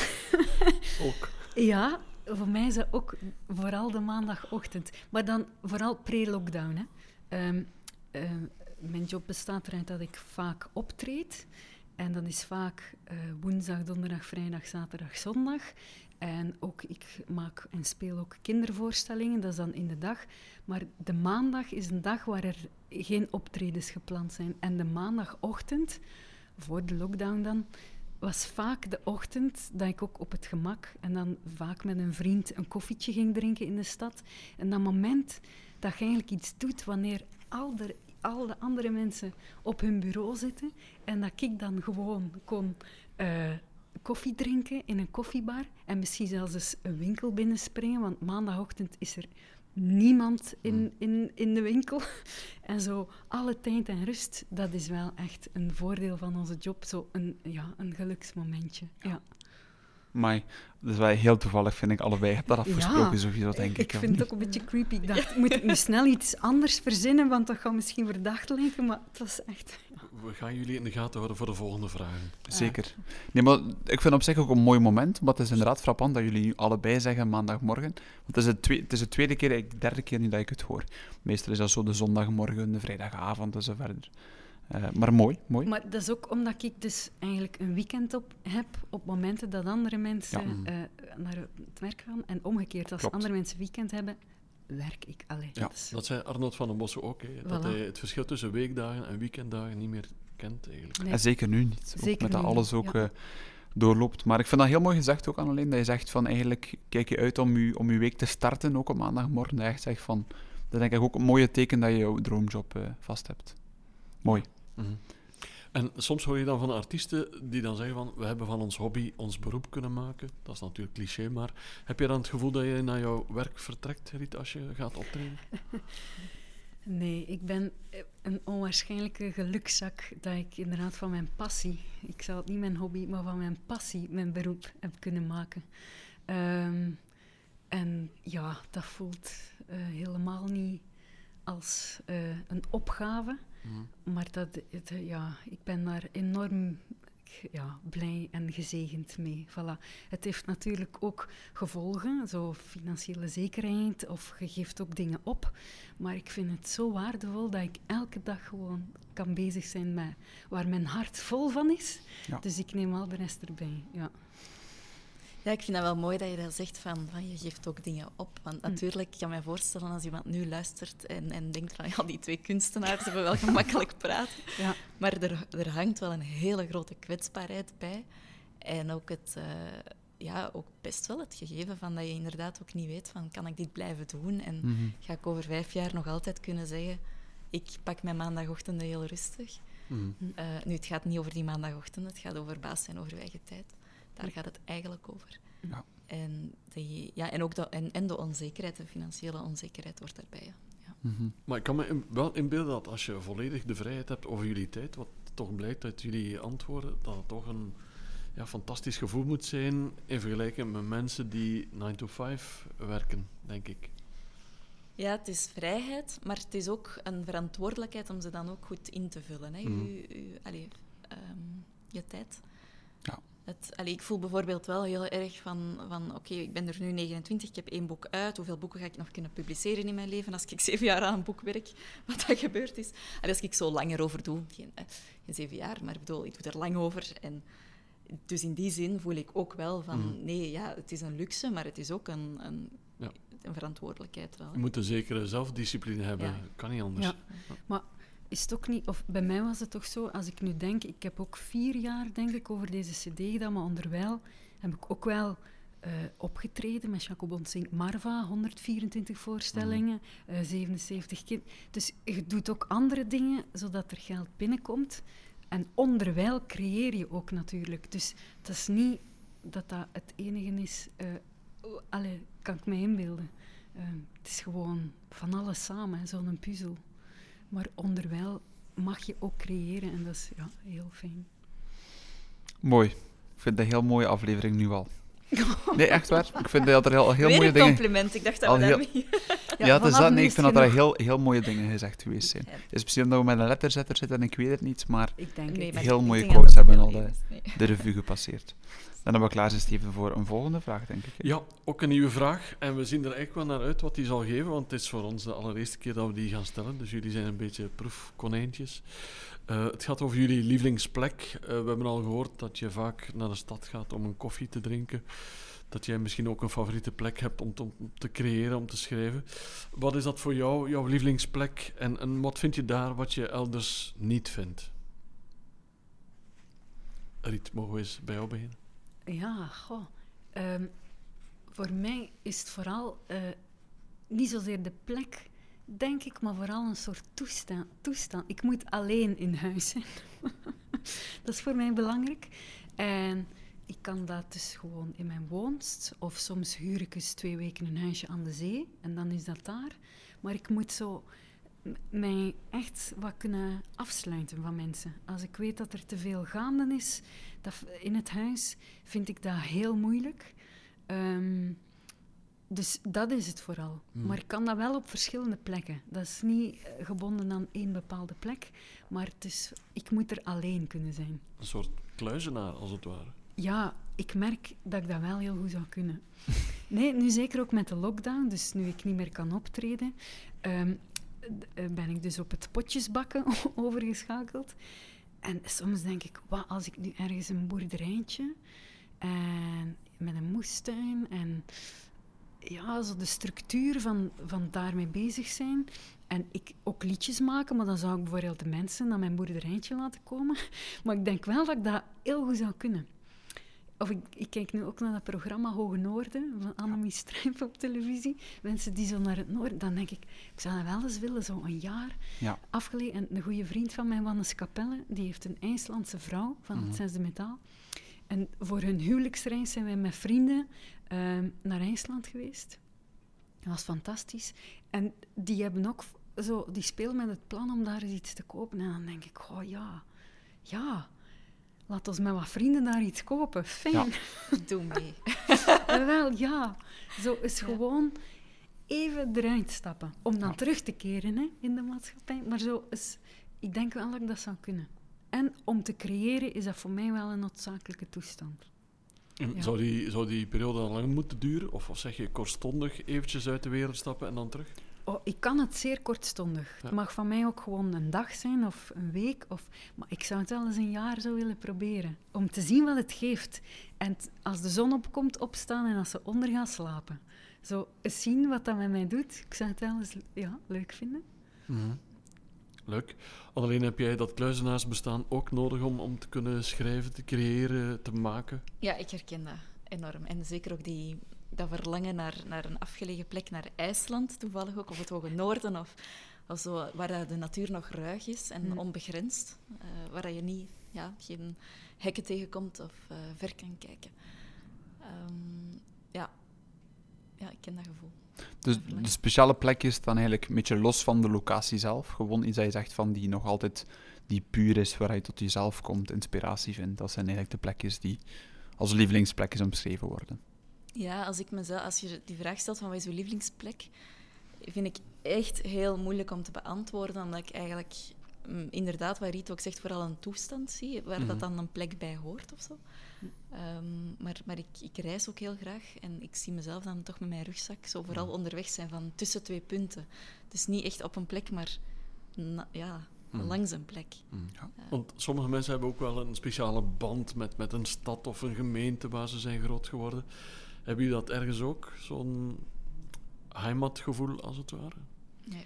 Ook. Ja, voor mij is dat ook vooral de maandagochtend. Maar dan vooral pre-lockdown. Hè. Ehm, ehm, mijn job bestaat eruit dat ik vaak optreed. En dat is vaak eh, woensdag, donderdag, vrijdag, zaterdag, zondag. En ook ik maak en speel ook kindervoorstellingen, dat is dan in de dag. Maar de maandag is een dag waar er geen optredens gepland zijn. En de maandagochtend, voor de lockdown dan, was vaak de ochtend dat ik ook op het gemak en dan vaak met een vriend een koffietje ging drinken in de stad. En dat moment dat je eigenlijk iets doet wanneer al de, al de andere mensen op hun bureau zitten en dat ik dan gewoon kon eh, koffie drinken in een koffiebar en misschien zelfs eens een winkel binnenspringen, want maandagochtend is er niemand in, in, in de winkel. En zo alle tijd en rust, dat is wel echt een voordeel van onze job. Zo een, ja, een geluksmomentje. Ja. Maar dat is wel heel toevallig, vind ik, allebei. Je hebt dat afgesproken, Ja. sowieso, denk ik. Ik of vind het niet? ook een beetje creepy. Ik dacht, moet ik nu snel iets anders verzinnen, want dat gaat misschien verdacht lijken, maar het was echt... We gaan jullie in de gaten houden voor de volgende vragen. Zeker. Nee, maar ik vind op zich ook een mooi moment, maar het is inderdaad frappant dat jullie nu allebei zeggen maandagmorgen. Want het is, het, twe- het is de tweede keer, de derde keer nu dat ik het hoor. Meestal is dat zo de zondagmorgen, de vrijdagavond en zo verder. Uh, maar mooi, mooi. Maar dat is ook omdat ik dus eigenlijk een weekend op heb op momenten dat andere mensen Ja. uh, naar het werk gaan. En omgekeerd, als Klopt. andere mensen weekend hebben, werk ik. Allee, Ja, dat is- Dat zei Arnold van den Bossen ook. Hè, dat Voilà. hij het verschil tussen weekdagen en weekenddagen niet meer kent, eigenlijk. nee. En zeker nu niet. Ook Zeker met dat nu alles niet, ook ja. uh, doorloopt. Maar ik vind dat heel mooi gezegd ook, Anneleen, dat je zegt van eigenlijk kijk je uit om je, om je week te starten, ook op maandagmorgen. Dat je echt zegt van, dat denk ik ook een mooie teken dat je jouw droomjob uh, vast hebt. Mooi. Mhm. En soms hoor je dan van artiesten die dan zeggen van we hebben van ons hobby ons beroep kunnen maken. Dat is natuurlijk cliché, maar heb je dan het gevoel dat je naar jouw werk vertrekt, Riet, als je gaat optreden? Nee, ik ben een onwaarschijnlijke gelukzak dat ik inderdaad van mijn passie, ik zal het niet mijn hobby, maar van mijn passie mijn beroep heb kunnen maken. Um, en ja, dat voelt uh, helemaal niet als uh, een opgave, mm. maar dat, het, ja, ik ben daar enorm ja, blij en gezegend mee. Voilà. Het heeft natuurlijk ook gevolgen, zo financiële zekerheid, of je geeft ook dingen op. Maar ik vind het zo waardevol dat ik elke dag gewoon kan bezig zijn met waar mijn hart vol van is. Ja. Dus ik neem al de rest erbij, ja. Ja, ik vind dat wel mooi dat je dat zegt, van, van je geeft ook dingen op. Want natuurlijk, ik kan me voorstellen als iemand nu luistert en, en denkt van ja, die twee kunstenaars hebben wel gemakkelijk praten. Ja. Maar er, er hangt wel een hele grote kwetsbaarheid bij. En ook, het, uh, ja, ook best wel het gegeven van dat je inderdaad ook niet weet van kan ik dit blijven doen? En mm-hmm. ga ik over vijf jaar nog altijd kunnen zeggen ik pak mijn maandagochtenden heel rustig. Mm-hmm. Uh, nu, het gaat niet over die maandagochtend, het gaat over baas zijn over je eigen tijd. Daar gaat het eigenlijk over. Ja. En, de, ja, en ook de, en, en de onzekerheid, de financiële onzekerheid wordt daarbij. Ja. Ja. Mm-hmm. Maar ik kan me in, wel inbeelden dat als je volledig de vrijheid hebt over jullie tijd, wat toch blijkt uit jullie antwoorden, dat het toch een ja, fantastisch gevoel moet zijn in vergelijking met mensen die nine to five werken, denk ik. Ja, het is vrijheid, maar het is ook een verantwoordelijkheid om ze dan ook goed in te vullen. Hè. Mm-hmm. U, u, allee, um, je tijd. Ja. Het, allee, ik voel bijvoorbeeld wel heel erg van, van oké, okay, ik ben er nu negenentwintig, ik heb één boek uit, hoeveel boeken ga ik nog kunnen publiceren in mijn leven als ik zeven jaar aan een boek werk, wat dat gebeurd is. Allee, als ik zo langer over doe, geen, eh, geen zeven jaar, maar ik bedoel, ik doe er lang over. En dus in die zin voel ik ook wel van, mm. nee, ja, het is een luxe, maar het is ook een, een, ja. een verantwoordelijkheid wel. Je moet een zekere zelfdiscipline hebben, ja. Kan niet anders. Ja. Ja. Maar is het ook niet, of bij mij was het toch zo, als ik nu denk, ik heb ook vier jaar denk ik over deze cd gedaan, maar onderwijl heb ik ook wel uh, opgetreden met Jacob Ontzink Marva, honderdvierentwintig voorstellingen, mm. uh, zevenenzeventig kind. Dus je doet ook andere dingen, zodat er geld binnenkomt. En onderwijl creëer je ook natuurlijk. Dus het is niet dat dat het enige is, uh, allee, kan ik me inbeelden. Uh, het is gewoon van alles samen, zo'n puzzel. Maar onderwijl mag je ook creëren en dat is ja, heel fijn. Mooi. Ik vind dat een heel mooie aflevering nu al. Nee, echt waar. Ik vind dat er heel, heel Weer mooie een dingen... compliment, ik dacht dat we daarmee... Heel... Ja, ja, het is dat. Nee, ik vind dat er heel, heel mooie dingen gezegd geweest zijn. Het is misschien omdat we met een letterzetter zitten en ik weet het niet, maar, ik denk nee, maar heel ik mooie quotes hebben al de, nee. de revue gepasseerd. Dan hebben we klaar zijn, Steven, voor een volgende vraag, denk ik. Hè? Ja, ook een nieuwe vraag. En we zien er eigenlijk wel naar uit wat die zal geven, want het is voor ons de allereerste keer dat we die gaan stellen. Dus jullie zijn een beetje proefkonijntjes. Uh, het gaat over jullie lievelingsplek. Uh, we hebben al gehoord dat je vaak naar de stad gaat om een koffie te drinken. Dat jij misschien ook een favoriete plek hebt om te, om te creëren, om te schrijven. Wat is dat voor jou, jouw lievelingsplek? En, en wat vind je daar wat je elders niet vindt? Riet, mogen we eens bij jou beginnen? Ja, goh. Um, voor mij is het vooral uh, niet zozeer de plek, denk ik, maar vooral een soort toestand. toestand. Ik moet alleen in huis zijn. Dat is voor mij belangrijk. En ik kan dat dus gewoon in mijn woonst, of soms huur ik eens twee weken een huisje aan de zee, en dan is dat daar. Maar ik moet zo mij echt wat kunnen afsluiten van mensen. Als ik weet dat er te veel gaande is dat, in het huis, vind ik dat heel moeilijk. Um, dus dat is het vooral. Mm. Maar ik kan dat wel op verschillende plekken. Dat is niet uh, gebonden aan één bepaalde plek, maar het is, ik moet er alleen kunnen zijn. Een soort kluizenaar, als het ware. Ja, ik merk dat ik dat wel heel goed zou kunnen. Nee, nu zeker ook met de lockdown, dus nu ik niet meer kan optreden, um, ben ik dus op het potjesbakken overgeschakeld. En soms denk ik, wat als ik nu ergens een boerderijtje en met een moestuin en ja, zo de structuur van, van daarmee bezig zijn. En ik ook liedjes maken, maar dan zou ik bijvoorbeeld de mensen naar mijn boerderijtje laten komen. Maar ik denk wel dat ik dat heel goed zou kunnen. Of ik, ik kijk nu ook naar dat programma Hoge Noorden van Annemie Strijp op televisie. Mensen die zo naar het noorden... Dan denk ik, ik zou dat wel eens willen, zo een jaar Ja. afgelegen. En een goede vriend van mij, Wannes Capelle, die heeft een IJslandse vrouw van Mhm. het Zesde Metaal. En voor hun huwelijksreis zijn wij met vrienden ehm, naar IJsland geweest. Dat was fantastisch. En die hebben ook zo, die spelen met het plan om daar eens iets te kopen. En dan denk ik, oh ja, ja, laat ons met wat vrienden daar iets kopen. Fijn. Ja. Doe mee. Wel, ja. Zo is Ja. gewoon even eruit stappen. Om dan Ja. terug te keren hè, in de maatschappij. Maar zo is, ik denk wel dat ik dat zou kunnen. En om te creëren is dat voor mij wel een noodzakelijke toestand. En Ja. Zou, die, zou die periode dan lang moeten duren? Of, of zeg je kortstondig eventjes uit de wereld stappen en dan terug? Oh, ik kan het zeer kortstondig. Ja. Het mag van mij ook gewoon een dag zijn of een week. Of, maar ik zou het wel eens een jaar zo willen proberen. Om te zien wat het geeft. En t- als de zon opkomt, opstaan en als ze ondergaat, slapen. Zo eens zien wat dat met mij doet. Ik zou het wel eens ja, leuk vinden. Mhm. Leuk. Alleen heb jij dat kluizenaarsbestaan ook nodig om, om te kunnen schrijven, te creëren, te maken? Ja, ik herken dat enorm. En zeker ook die, dat verlangen naar, naar een afgelegen plek, naar IJsland toevallig ook, of het Hoge Noorden, of, of zo, waar dat de natuur nog ruig is en Mm. onbegrensd. eh, waar dat je niet, ja, geen hekken tegenkomt of eh, ver kan kijken. Ehm, ja. ja, ik ken dat gevoel. Dus de speciale plek is dan eigenlijk een beetje los van de locatie zelf. Gewoon iets dat je zegt van die nog altijd die puur is, waar je tot jezelf komt, inspiratie vindt. Dat zijn eigenlijk de plekjes die als lievelingsplekjes omschreven worden. Ja, als, ik mezelf, als je die vraag stelt van wat is uw lievelingsplek, vind ik echt heel moeilijk om te beantwoorden, omdat ik eigenlijk mm, inderdaad, wat Riet ook zegt, vooral een toestand zie, waar Mhm. dat dan een plek bij hoort of zo. Ehm, maar maar ik, ik reis ook heel graag en ik zie mezelf dan toch met mijn rugzak zo vooral Mhm. onderweg zijn van tussen twee punten. Dus niet echt op een plek, maar na- ja, Mhm. langs een plek. Ja. Want sommige mensen hebben ook wel een speciale band met, met een stad of een gemeente waar ze zijn groot geworden. Hebben jullie dat ergens ook? Zo'n heimatgevoel, als het ware? Nee.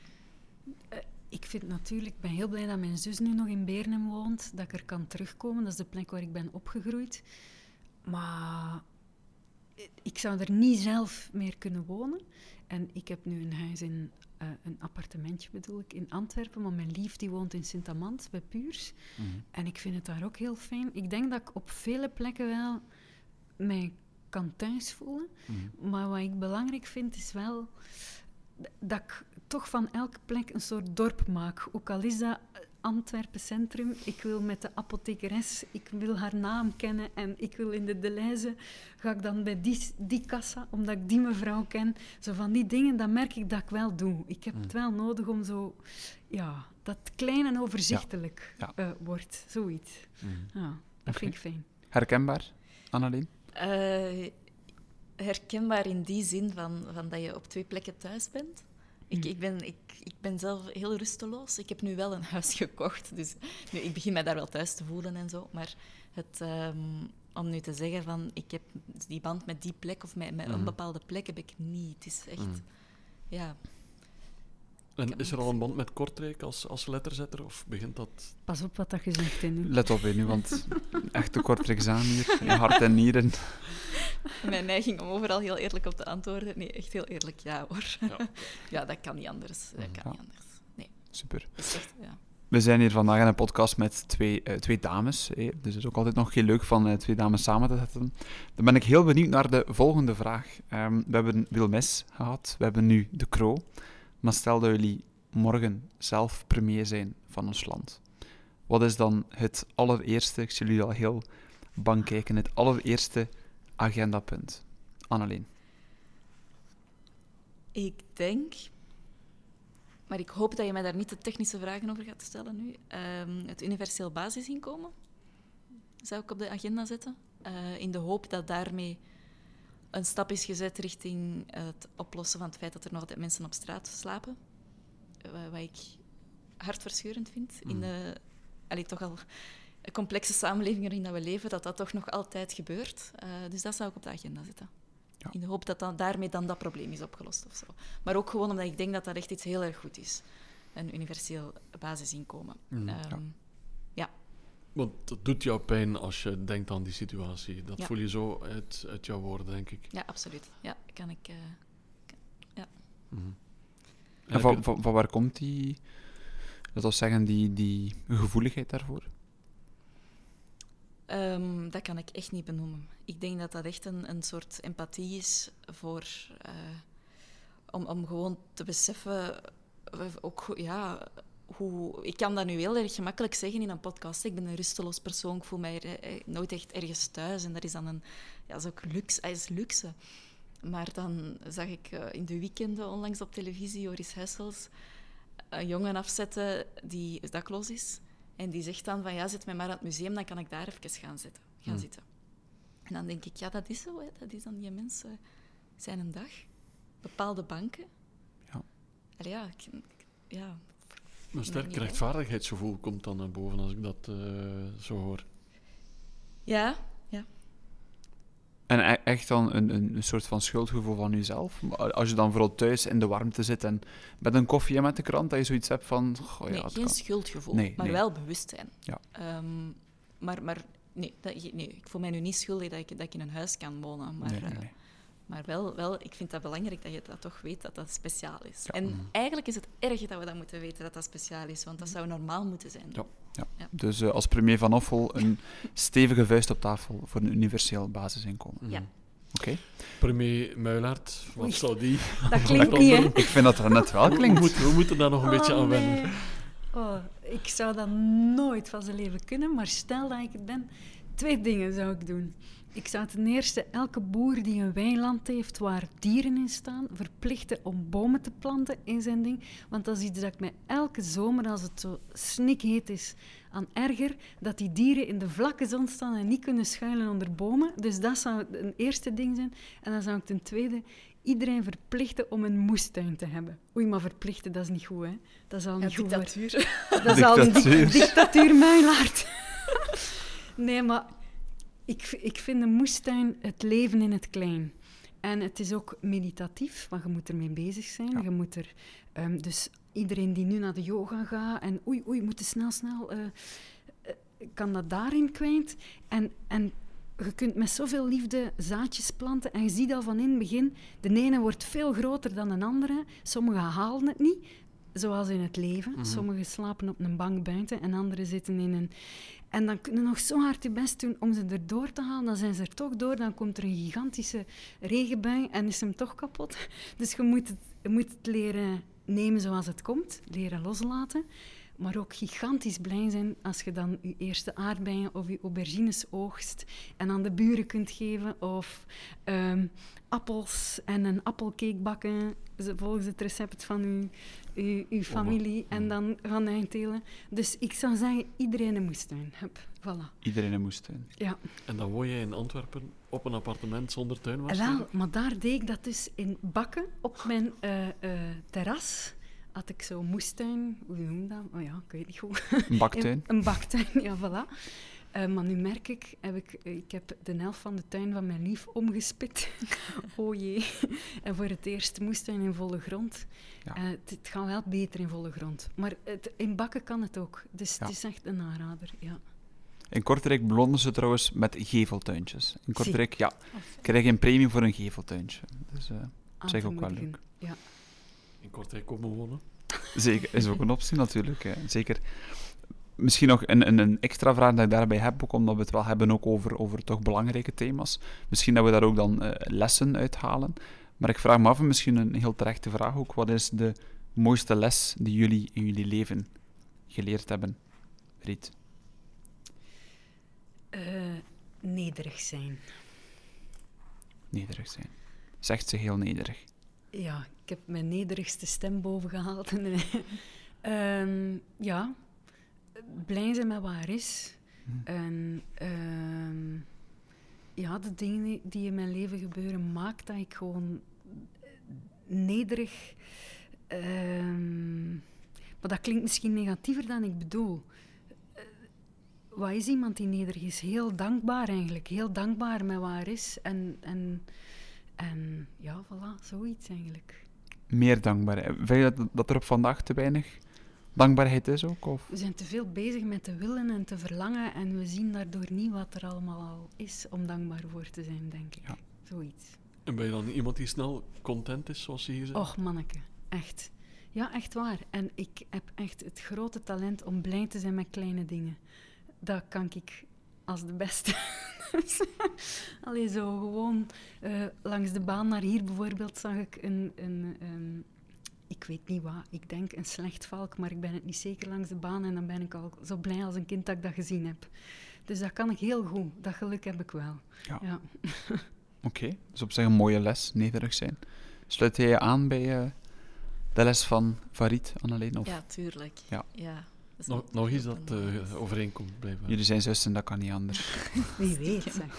Ik vind natuurlijk, ik ben heel blij dat mijn zus nu nog in Beernem woont, dat ik er kan terugkomen. Dat is de plek waar ik ben opgegroeid. Maar ik zou er niet zelf meer kunnen wonen. En ik heb nu een huis in, uh, een appartementje bedoel ik, in Antwerpen, maar mijn lief die woont in Sint-Amand, bij Puurs. Mhm. En ik vind het daar ook heel fijn. Ik denk dat ik op vele plekken wel mij kan thuis voelen. Mhm. Maar wat ik belangrijk vind, is wel d- dat ik toch van elke plek een soort dorp maak. Ook al is dat Antwerpen Centrum. Ik wil met de apothekeres, ik wil haar naam kennen en ik wil in de Deleuze, ga ik dan bij die, die kassa, omdat ik die mevrouw ken. Zo van die dingen, dat merk ik dat ik wel doe. Ik heb Mm. het wel nodig om zo, ja, dat het klein en overzichtelijk Ja. eh, wordt. Zoiets. Mhm. Ja, dat Oké. vind ik fijn. Herkenbaar, Annalien? Eh, herkenbaar in die zin van, van dat je op twee plekken thuis bent. Ik, Mm. ik, ben, ik, ik ben zelf heel rusteloos. Ik heb nu wel een huis gekocht, dus nu, ik begin mij daar wel thuis te voelen en zo. Maar het, ehm, om nu te zeggen van ik heb die band met die plek of met, met Mhm. een bepaalde plek heb ik niet. Het is echt, Mhm. ja. En kan is er niks al een band met Kortrijk als, als letterzetter? Of begint dat... Pas op wat dat je zegt, hè, nu. Let op hè, nu, want echt een kort examen hier. In hart en nieren. Mijn neiging om overal heel eerlijk op te antwoorden. Nee, echt heel eerlijk, ja hoor. Ja. Ja, dat kan niet anders. Dat kan Ja. niet anders. Nee, Super. dat is echt, ja. We zijn hier vandaag in een podcast met twee, eh, twee dames. Hè. Dus het is ook altijd nog heel leuk van eh, twee dames samen te zetten. Dan ben ik heel benieuwd naar de volgende vraag. Ehm, we hebben Wilmes gehad, we hebben nu De Croo. Maar stel dat jullie morgen zelf premier zijn van ons land. Wat is dan het allereerste, ik zie jullie al heel bang kijken, het allereerste agendapunt? Annalien. Ik denk, maar ik hoop dat je mij daar niet de technische vragen over gaat stellen nu. Ehm, het universeel basisinkomen zou ik op de agenda zetten. Uh, in de hoop dat daarmee een stap is gezet richting het oplossen van het feit dat er nog altijd mensen op straat slapen. Uh, wat ik hartverscheurend vind. In de allee, toch al complexe samenleving waarin dat we leven, dat dat toch nog altijd gebeurt. Uh, dus dat zou ik op de agenda zetten. Ja. In de hoop dat dan, daarmee dan dat probleem is opgelost of zo. Maar ook gewoon omdat ik denk dat dat echt iets heel erg goed is. Een universeel basisinkomen. Mm, Ehm, ja. ja. Want het doet jou pijn als je denkt aan die situatie. Dat Ja. voel je zo uit, uit jouw woorden, denk ik. Ja, absoluut. Ja, kan ik... Uh, ja. Mm-hmm. En van, van, van waar komt die, dat wil zeggen, die, die gevoeligheid daarvoor? Um, dat kan ik echt niet benoemen. Ik denk dat dat echt een, een soort empathie is voor... Uh, om, om gewoon te beseffen... Ook, ja, hoe, ik kan dat nu heel erg gemakkelijk zeggen in een podcast. Ik ben een rusteloos persoon. Ik voel mij er, nooit echt ergens thuis. En dat is dan een... Ja, dat is ook luxe. Dat is luxe. Maar dan zag ik uh, in de weekenden onlangs op televisie Joris Huissels een jongen afzetten die dakloos is. En die zegt dan van, ja, zet mij maar aan het museum, dan kan ik daar even gaan zitten. Gaan Hmm. zitten. En dan denk ik, ja, dat is zo. Hè. Dat is dan die mensen zijn een dag. Bepaalde banken. Ja. Allee, ja, ik, ik, ja. Een sterk rechtvaardigheidsgevoel komt dan naar boven als ik dat uh, zo hoor. Ja, ja. En e- echt dan een, een, een soort van schuldgevoel van jezelf? Als je dan vooral thuis in de warmte zit en met een koffie en met de krant, dat je zoiets hebt van... Goh, ja, nee, het geen kan. schuldgevoel, Nee, maar nee. wel bewustzijn. Ja. Um, maar maar nee, dat, nee, ik voel mij nu niet schuldig dat ik, dat ik in een huis kan wonen. Maar, Nee, nee, nee. Uh, maar wel, wel, ik vind dat belangrijk dat je dat toch weet, dat dat speciaal is. Ja. En Mm. eigenlijk is het erg dat we dat moeten weten, dat dat speciaal is. Want dat zou normaal moeten zijn. Ja. Ja. Ja. Dus uh, als premier Van Offel een stevige vuist op tafel voor een universeel basisinkomen. Mm-hmm. Ja. Oké. Okay. Premier Muilaert, wat Oei. zou die... Dat klinkt niet, hè? Ik vind dat er net wel We, klinkt. moeten, we moeten daar nog een oh, beetje aan wennen. Nee. Oh, ik zou dat nooit van zijn leven kunnen, maar stel dat ik het ben, twee dingen zou ik doen. Ik zou ten eerste elke boer die een weiland heeft waar dieren in staan, verplichten om bomen te planten in zijn ding. Want dat is iets dat ik mij elke zomer, als het zo snikheet is, aan erger, dat die dieren in de vlakke zon staan en niet kunnen schuilen onder bomen. Dus dat zou een eerste ding zijn. En dan zou ik ten tweede iedereen verplichten om een moestuin te hebben. Oei, maar verplichten, dat is niet goed, hè? Dat is al niet Ja, goed. dictatuur. Dat is al een Dictatuur. dic- dictatuur, Muilaert. Nee, maar ik, ik vind een moestuin het leven in het klein. En het is ook meditatief, want je moet ermee bezig zijn. Ja. Je moet er, um, dus iedereen die nu naar de yoga gaat en oei, oei, moet je snel, snel, uh, uh, kan dat daarin kwijt. En, en je kunt met zoveel liefde zaadjes planten en je ziet al van in het begin, de ene wordt veel groter dan de andere. Sommigen halen het niet, zoals in het leven. Mm-hmm. Sommigen slapen op een bank buiten en anderen zitten in een... En dan kunnen nog zo hard je best doen om ze erdoor te halen. Dan zijn ze er toch door. Dan komt er een gigantische regenbui en is hem toch kapot. Dus je moet het, je moet het leren nemen zoals het komt. Leren loslaten. Maar ook gigantisch blij zijn als je dan je eerste aardbeien of je aubergines oogst en aan de buren kunt geven. Of um, appels en een appelcake bakken volgens het recept van je, je, je familie. En dan gaan eindelen. Dus ik zou zeggen, iedereen een moestuin. Hup, voilà. Iedereen een moestuin. Ja. En dan woon jij in Antwerpen op een appartement zonder tuin Wel, waarschijnlijk? maar daar deed ik dat dus in Bakken op mijn uh, uh, terras. Had ik zo'n moestuin, hoe noem je dat? Oh ja, ik weet niet goed. Een baktuin. Een, een baktuin, ja, voilà. Uh, maar nu merk ik, heb ik, ik heb de helft van de tuin van mijn lief omgespit. Oh jee. En voor het eerst moestuin in volle grond. Ja. Uh, het, het gaat wel beter in volle grond. Maar het, in Bakken kan het ook. Dus Ja. het is echt een aanrader, ja. In Kortrijk belonden ze trouwens met geveltuintjes. In Kortrijk, ja, krijg je een premie voor een geveltuintje. Dus uh, op zich ook wel leuk. Ja. In Kortrijk komen wonen? Zeker, is ook een optie natuurlijk. Hè. Zeker. Misschien nog een, een, een extra vraag dat ik daarbij heb, ook omdat we het wel hebben ook over, over toch belangrijke thema's. Misschien dat we daar ook dan uh, lessen uithalen. Maar ik vraag me af, en misschien een heel terechte vraag ook, wat is de mooiste les die jullie in jullie leven geleerd hebben, Riet? Uh, nederig zijn. Nederig zijn. Zegt ze heel nederig. Ja, ik heb mijn nederigste stem boven gehaald. um, ja, blij zijn met wat er is. Hmm. En um, ja, de dingen die in mijn leven gebeuren, maakt dat ik gewoon nederig... Um, maar dat klinkt misschien negatiever dan ik bedoel. Uh, wat is iemand die nederig is? Heel dankbaar eigenlijk. Heel dankbaar met wat er is. En... en En ja, voilà, zoiets eigenlijk. Meer dankbaar. Vind je dat, dat er op vandaag te weinig dankbaarheid is ook? Of? We zijn te veel bezig met te willen en te verlangen en we zien daardoor niet wat er allemaal al is om dankbaar voor te zijn, denk ik. Ja. Zoiets. En ben je dan iemand die snel content is, zoals je hier zegt? Och, manneke. Echt. Ja, echt waar. En ik heb echt het grote talent om blij te zijn met kleine dingen. Dat kan ik als de beste. Allee, zo gewoon uh, langs de baan naar hier bijvoorbeeld zag ik een, een, een... Ik weet niet wat. Ik denk een slechtvalk, maar ik ben het niet zeker langs de baan. En dan ben ik al zo blij als een kind dat ik dat gezien heb. Dus dat kan ik heel goed. Dat geluk heb ik wel. Ja. Ja. Oké, okay. Dus op zich een mooie les, nederig zijn. Sluit jij je aan bij uh, de les van Farid, Anneleen? Of? Ja, tuurlijk. Ja. Ja, nog, nog iets dat uh, overeenkomt, blijven. Jullie zijn zussen, dat kan niet anders. Wie weet, zeg.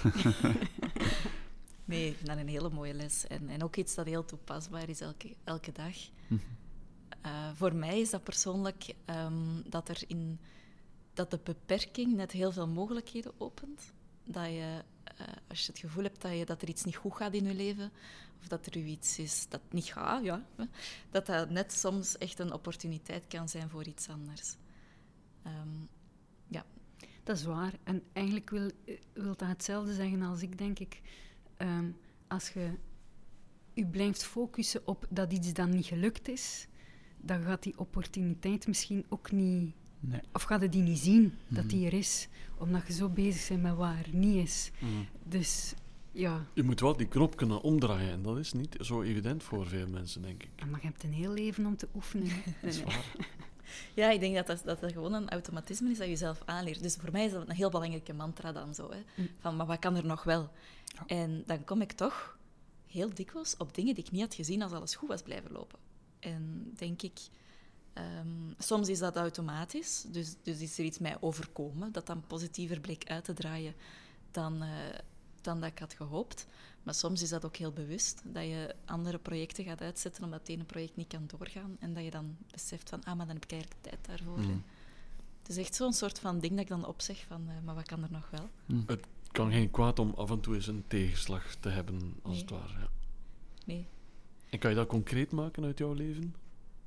Nee, ik vind dat een hele mooie les. En, en ook iets dat heel toepasbaar is elke, elke dag. Mm-hmm. Uh, voor mij is dat persoonlijk um, dat, er in, dat de beperking net heel veel mogelijkheden opent. Dat je, uh, als je het gevoel hebt dat, je, dat er iets niet goed gaat in je leven, of dat er u iets is dat niet gaat, ja, dat dat net soms echt een opportuniteit kan zijn voor iets anders. Um, ja. Dat is waar. En eigenlijk wil, wil dat hetzelfde zeggen als ik, denk ik. Um, als je je blijft focussen op dat iets dan niet gelukt is, dan gaat die opportuniteit misschien ook niet... Nee. Of gaat je die niet zien, mm-hmm. dat die er is. Omdat je zo bezig bent met wat er niet is. Mm. Dus, ja... Je moet wel die knop kunnen omdraaien. En dat is niet zo evident voor veel mensen, denk ik. Maar je hebt een heel leven om te oefenen. Dat is waar. Ja, ik denk dat dat, dat dat gewoon een automatisme is dat je zelf aanleert. Dus voor mij is dat een heel belangrijke mantra dan zo. Hè? Mm. Van, maar wat kan er nog wel? Ja. En dan kom ik toch heel dikwijls op dingen die ik niet had gezien als alles goed was blijven lopen. En denk ik... Um, soms is dat automatisch, dus, dus is er iets mij overkomen dat dan positiever bleek uit te draaien dan, uh, dan dat ik had gehoopt. Maar soms is dat ook heel bewust, dat je andere projecten gaat uitzetten omdat het ene project niet kan doorgaan en dat je dan beseft van, ah, maar dan heb ik eigenlijk tijd daarvoor. Mm. Het is echt zo'n soort van ding dat ik dan opzeg van, uh, maar wat kan er nog wel? Mm. Het kan geen kwaad om af en toe eens een tegenslag te hebben, als nee. het ware. Ja. Nee. En kan je dat concreet maken uit jouw leven?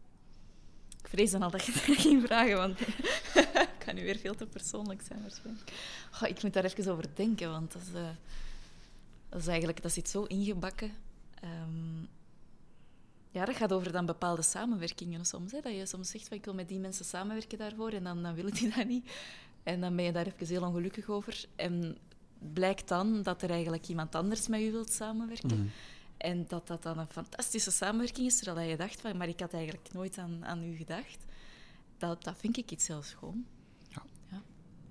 Ik vrees dan al dat je dat ging vragen, want het kan nu weer veel te persoonlijk zijn waarschijnlijk. Oh, ik moet daar even over denken, want dat is, uh, dat is eigenlijk dat zit zo ingebakken. Um, ja, dat gaat over dan bepaalde samenwerkingen soms. Hè, dat je soms zegt van ik wil met die mensen samenwerken daarvoor en dan, dan willen die dat niet. En dan ben je daar even heel ongelukkig over. En blijkt dan dat er eigenlijk iemand anders met je wilt samenwerken. Mm. En dat dat dan een fantastische samenwerking is, terwijl je dacht van, maar ik had eigenlijk nooit aan, aan u gedacht. Dat, dat vind ik iets heel schoon. Ja. Ja.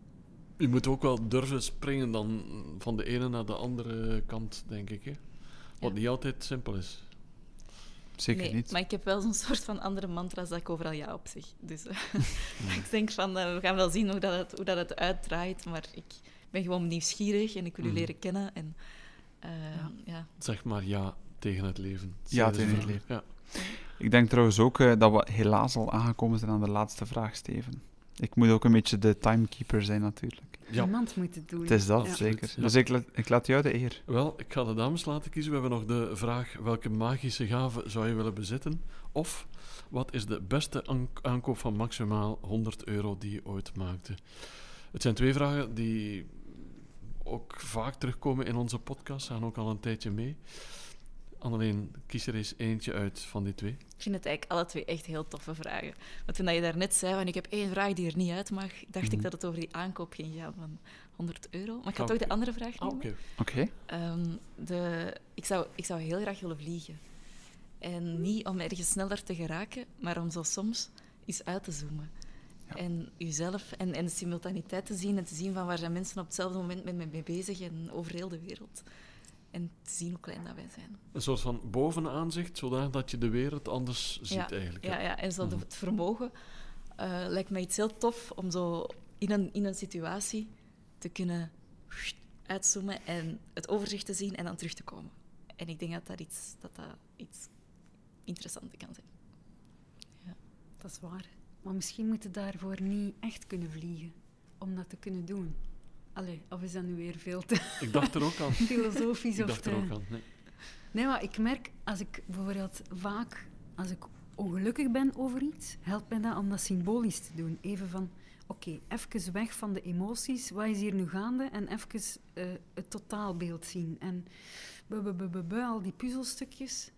Je moet ook wel durven springen dan van de ene naar de andere kant, denk ik. Hè? Wat ja. niet altijd simpel is. Zeker nee, niet. Maar ik heb wel zo'n soort van andere mantra's dat ik overal ja op zeg. Dus uh, ja. ik denk van, uh, we gaan wel zien hoe dat het, hoe dat het uitdraait, maar ik ben gewoon nieuwsgierig en ik wil u mm. leren kennen. En, Uh, ja. Ja. Zeg maar ja tegen het leven. Ja tegen het leven. Ja. Ik denk trouwens ook uh, dat we helaas al aangekomen zijn aan de laatste vraag, Steven. Ik moet ook een beetje de timekeeper zijn natuurlijk. Ja. Iemand moet het doen. Het is dat, ja. zeker. Ja. Dus ik, la- ik laat jou de eer. Wel, ik ga de dames laten kiezen. We hebben nog de vraag, welke magische gave zou je willen bezitten? Of, wat is de beste aan- aankoop van maximaal honderd euro die je ooit maakte? Het zijn twee vragen die... ook vaak terugkomen in onze podcast, gaan ook al een tijdje mee. Anneleen, kies er eens eentje uit van die twee. Ik vind het eigenlijk alle twee echt heel toffe vragen. Want toen je daarnet zei, van, ik heb één vraag die er niet uit mag, dacht mm-hmm. ik dat het over die aankoop ging gaan van honderd euro. Maar ik ga oh, toch okay. de andere vraag nemen. Oh, Oké. Okay. Okay. Um, de, ik, zou, ik zou heel graag willen vliegen. En niet om ergens sneller te geraken, maar om zo soms eens uit te zoomen. Ja. En jezelf en, en de simultaniteit te zien en te zien van waar zijn mensen op hetzelfde moment met me mee bezig en over heel de wereld. En te zien hoe klein dat wij zijn. Een soort van bovenaanzicht, zodat je de wereld anders ziet ja, eigenlijk. Ja, ja, en zo mm-hmm. het vermogen uh, lijkt mij iets heel tof om zo in een, in een situatie te kunnen uitzoomen en het overzicht te zien en dan terug te komen. En ik denk dat dat iets, dat dat iets interessants kan zijn. Ja, dat is waar. Maar misschien moet je daarvoor niet echt kunnen vliegen, om dat te kunnen doen. Allee, of is dat nu weer veel te... Ik dacht er ook aan. Filosofisch ik of dacht te... er ook aan, nee. Nee, maar ik merk, als ik bijvoorbeeld vaak... Als ik ongelukkig ben over iets, helpt mij dat om dat symbolisch te doen. Even van, oké, okay, even weg van de emoties, wat is hier nu gaande? En even uh, het totaalbeeld zien. En bu, bu, bu, bu, bu, al die puzzelstukjes.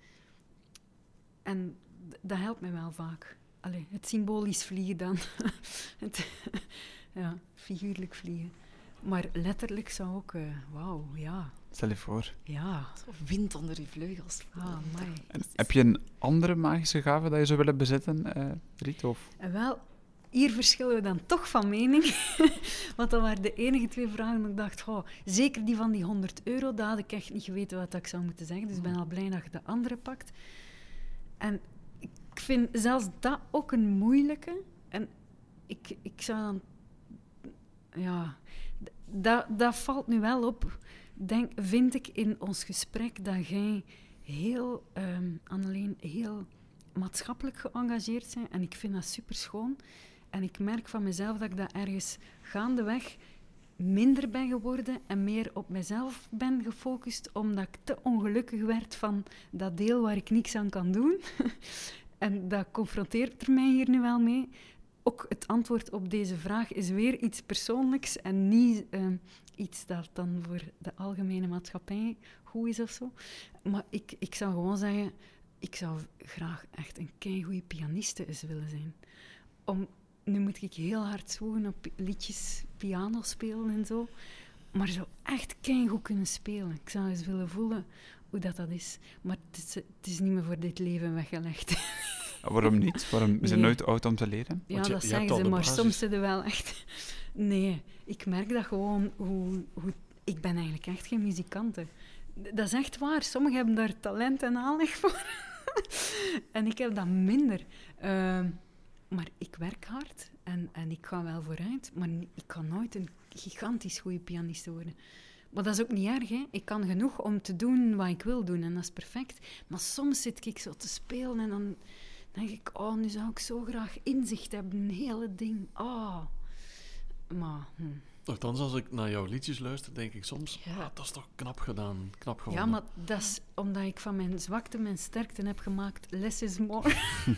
En d- dat helpt mij wel vaak. Allee, het symbolisch vliegen dan. het, ja, figuurlijk vliegen. Maar letterlijk zou ook... Uh, Wauw, ja. Stel je voor. Ja. Zo wind onder je vleugels. Ah, amai. En heb je een andere magische gave dat je zou willen bezitten, uh, Riet? Of? En wel, hier verschillen we dan toch van mening. Want dat waren de enige twee vragen dat ik dacht, oh, zeker die van die honderd euro, daar had ik echt niet geweten wat ik zou moeten zeggen. Dus ik ben al blij dat je de andere pakt. En ik vind zelfs dat ook een moeilijke. En ik, ik zou dan... Ja, dat, dat valt nu wel op. Denk, vind ik in ons gesprek dat jij heel, um, Anneleen, heel maatschappelijk geëngageerd bent. En ik vind dat superschoon. En ik merk van mezelf dat ik dat ergens gaandeweg minder ben geworden en meer op mezelf ben gefocust, omdat ik te ongelukkig werd van dat deel waar ik niks aan kan doen. En dat confronteert er mij hier nu wel mee. Ook het antwoord op deze vraag is weer iets persoonlijks en niet uh, iets dat dan voor de algemene maatschappij goed is of zo. Maar ik, ik zou gewoon zeggen, ik zou graag echt een keigoeie pianiste eens willen zijn. Om, nu moet ik heel hard zwoegen op liedjes, piano spelen en zo, maar zo echt keigoed kunnen spelen. Ik zou eens willen voelen hoe dat, dat is. Maar het is, het is niet meer voor dit leven weggelegd. Waarom niet? Waarom is het Nee. nooit te oud om te leren? Ja, Want je- dat je hebt zeggen al ze, de maar basis. soms zit er wel echt... Nee, ik merk dat gewoon hoe, hoe... Ik ben eigenlijk echt geen muzikante. D- Dat is echt waar. Sommigen hebben daar talent en aanleg voor. En ik heb dat minder. Ehm, maar ik werk hard en, en ik ga wel vooruit. Maar ni- ik kan nooit een gigantisch goede pianiste worden. Maar dat is ook niet erg, hè. Ik kan genoeg om te doen wat ik wil doen en dat is perfect. Maar soms zit ik zo te spelen en dan denk ik, oh, nu zou ik zo graag inzicht hebben, een hele ding. Oh. Maar, hm. Nochtans, als ik naar jouw liedjes luister, denk ik soms, Ja. ah, dat is toch knap gedaan, knap Ja, gewonnen. maar dat is omdat ik van mijn zwakte mijn sterkte heb gemaakt. Less is more.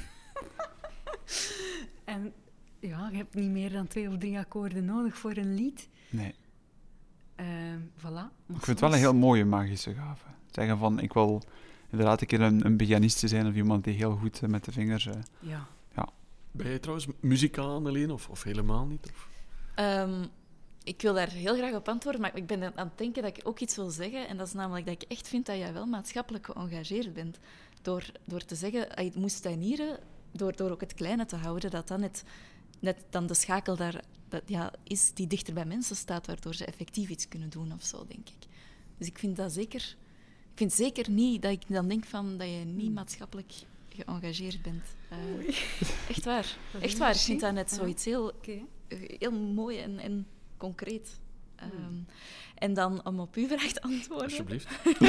En ja, je hebt niet meer dan twee of drie akkoorden nodig voor een lied. Nee. Uh, voilà. Maar Ik vind het wel een heel mooie magische gave. Zeggen van, ik wil inderdaad een keer een, een pianiste zijn of iemand die heel goed uh, met de vingers... Uh, Ja. Ben jij trouwens muzikaal, Anneleen, of, of helemaal niet? Of? Um, ik wil daar heel graag op antwoorden, maar ik ben aan het denken dat ik ook iets wil zeggen. En dat is namelijk dat ik echt vind dat jij wel maatschappelijk geëngageerd bent. Door, door te zeggen, je moest tuinieren, door, door ook het kleine te houden, dat dan net, net dan de schakel daar dat, ja, is die dichter bij mensen staat, waardoor ze effectief iets kunnen doen of zo, denk ik. Dus ik vind dat zeker... Ik vind zeker niet dat ik dan denk van dat je niet maatschappelijk geëngageerd bent. Uh, echt waar. Dat is Echt waar. Ik merci. vind dat net Ja. zoiets heel, Oké. heel mooi en, en concreet. Um, Hmm. En dan om op uw vraag te antwoorden. Alsjeblieft.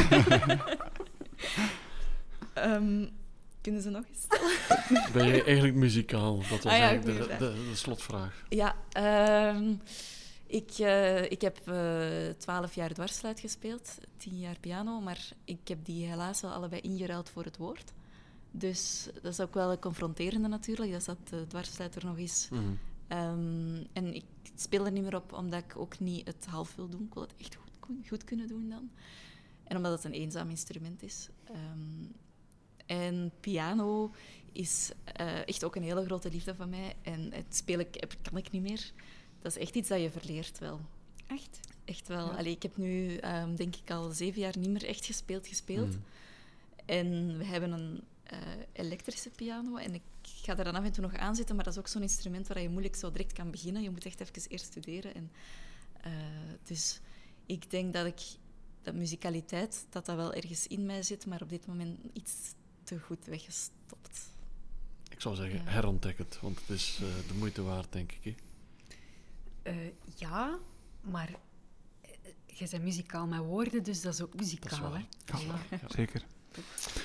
Um, kunnen ze nog eens stellen? Ben jij eigenlijk muzikaal? Dat was Ah ja, eigenlijk de, goeie de, de slotvraag. Ja, um, ik, uh, ik heb twaalf uh, jaar dwarsfluit gespeeld, tien jaar piano, maar ik heb die helaas wel allebei ingeruild voor het woord. Dus dat is ook wel een confronterende natuurlijk, dat zat de dwarsfluit er nog eens. Mm. Um, en ik speel er niet meer op, omdat ik ook niet het half wil doen. Ik wil het echt goed, goed kunnen doen dan. En omdat het een eenzaam instrument is. Um, en piano is uh, echt ook een hele grote liefde van mij. En het spelen ik, kan ik niet meer. Dat is echt iets dat je verleert wel. Echt? Echt wel. Ja. Allee, ik heb nu, um, denk ik, al zeven jaar niet meer echt gespeeld, gespeeld. Mm. En we hebben een uh, elektrische piano. En ik ga er dan af en toe nog aan zitten, maar dat is ook zo'n instrument waar je moeilijk zo direct kan beginnen. Je moet echt even eerst studeren. En, uh, dus ik denk dat ik dat muzikaliteit, dat dat wel ergens in mij zit, maar op dit moment iets te goed weggestopt. Ik zou zeggen, Ja. herontdek het, want het is uh, de moeite waard, denk ik. Hè? Uh, ja, maar uh, je bent muzikaal met woorden, dus dat is ook muzikaal, Dat is waar. hè? Ja, Ja. zeker.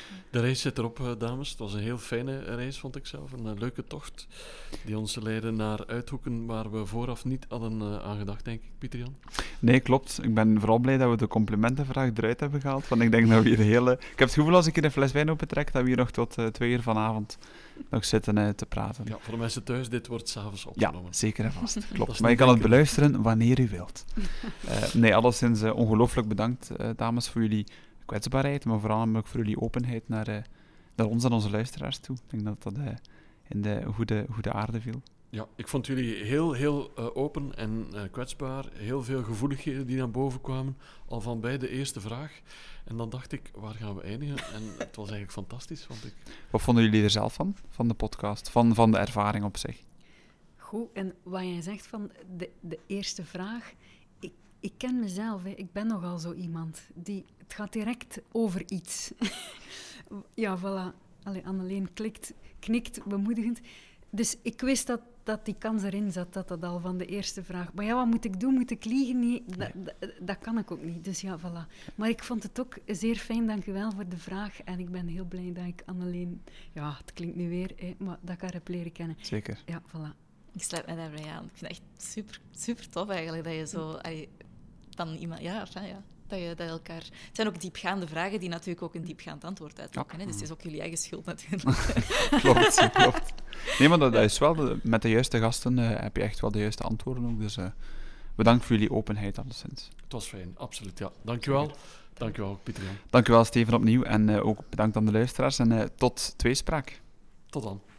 De reis zit erop, uh, dames. Het was een heel fijne reis, vond ik zelf. Een uh, leuke tocht die ons leidde naar uithoeken waar we vooraf niet hadden uh, aan gedacht, denk ik, Pieter-Jan. Nee, klopt. Ik ben vooral blij dat we de complimentenvraag eruit hebben gehaald. Want ik denk dat we hier hele... Ik heb het gevoel als ik hier een fles wijn opentrek, dat we hier nog tot uh, twee uur vanavond nog zitten uh, te praten. Ja, voor de mensen thuis, dit wordt s'avonds opgenomen. Ja, zeker en vast. Klopt. Maar je kan het beluisteren wanneer u wilt. Uh, nee, alleszins uh, ongelooflijk bedankt, uh, dames, voor jullie kwetsbaarheid, maar vooral ook voor jullie openheid naar, uh, naar ons en onze luisteraars toe. Ik denk dat dat uh, in de goede, goede aarde viel. Ja, ik vond jullie heel, heel uh, open en uh, kwetsbaar. Heel veel gevoeligheden die naar boven kwamen, al van bij de eerste vraag. En dan dacht ik, waar gaan we eindigen? En het was eigenlijk fantastisch, vond ik. Wat vonden jullie er zelf van, van de podcast, van, van de ervaring op zich? Goed, en wat jij zegt van de, de eerste vraag... Ik, ik ken mezelf, hè. Ik ben nogal zo iemand. Die, het gaat direct over iets. Ja, voilà. Allee, Anneleen klikt, knikt, bemoedigend. Dus ik wist dat, dat die kans erin zat, dat dat al van de eerste vraag... Maar ja, wat moet ik doen? Moet ik liegen? Nee, dat, dat, dat kan ik ook niet. Dus ja, voilà. Maar ik vond het ook zeer fijn, dank u wel voor de vraag. En ik ben heel blij dat ik Anneleen... Ja, het klinkt nu weer, hè, maar dat ik haar heb leren kennen. Zeker. Ja, voilà. Ik sluit mij daarbij aan. Ik vind het echt super, super tof eigenlijk dat je zo... Allee, van iemand... Ja, enfin, ja. Dat je dat elkaar... Het zijn ook diepgaande vragen die natuurlijk ook een diepgaand antwoord uitlokken. Ja. Dus het is ook jullie eigen schuld natuurlijk. Klopt, klopt. Nee, maar dat, dat is wel... De, met de juiste gasten uh, heb je echt wel de juiste antwoorden ook. Dus uh, bedankt voor jullie openheid alleszins. Het was fijn, absoluut. Ja. Dank je wel. Dank je wel, Pieter-Jan. Dank u wel, Steven, opnieuw. En uh, ook bedankt aan de luisteraars. En uh, tot tweespraak. Tot dan.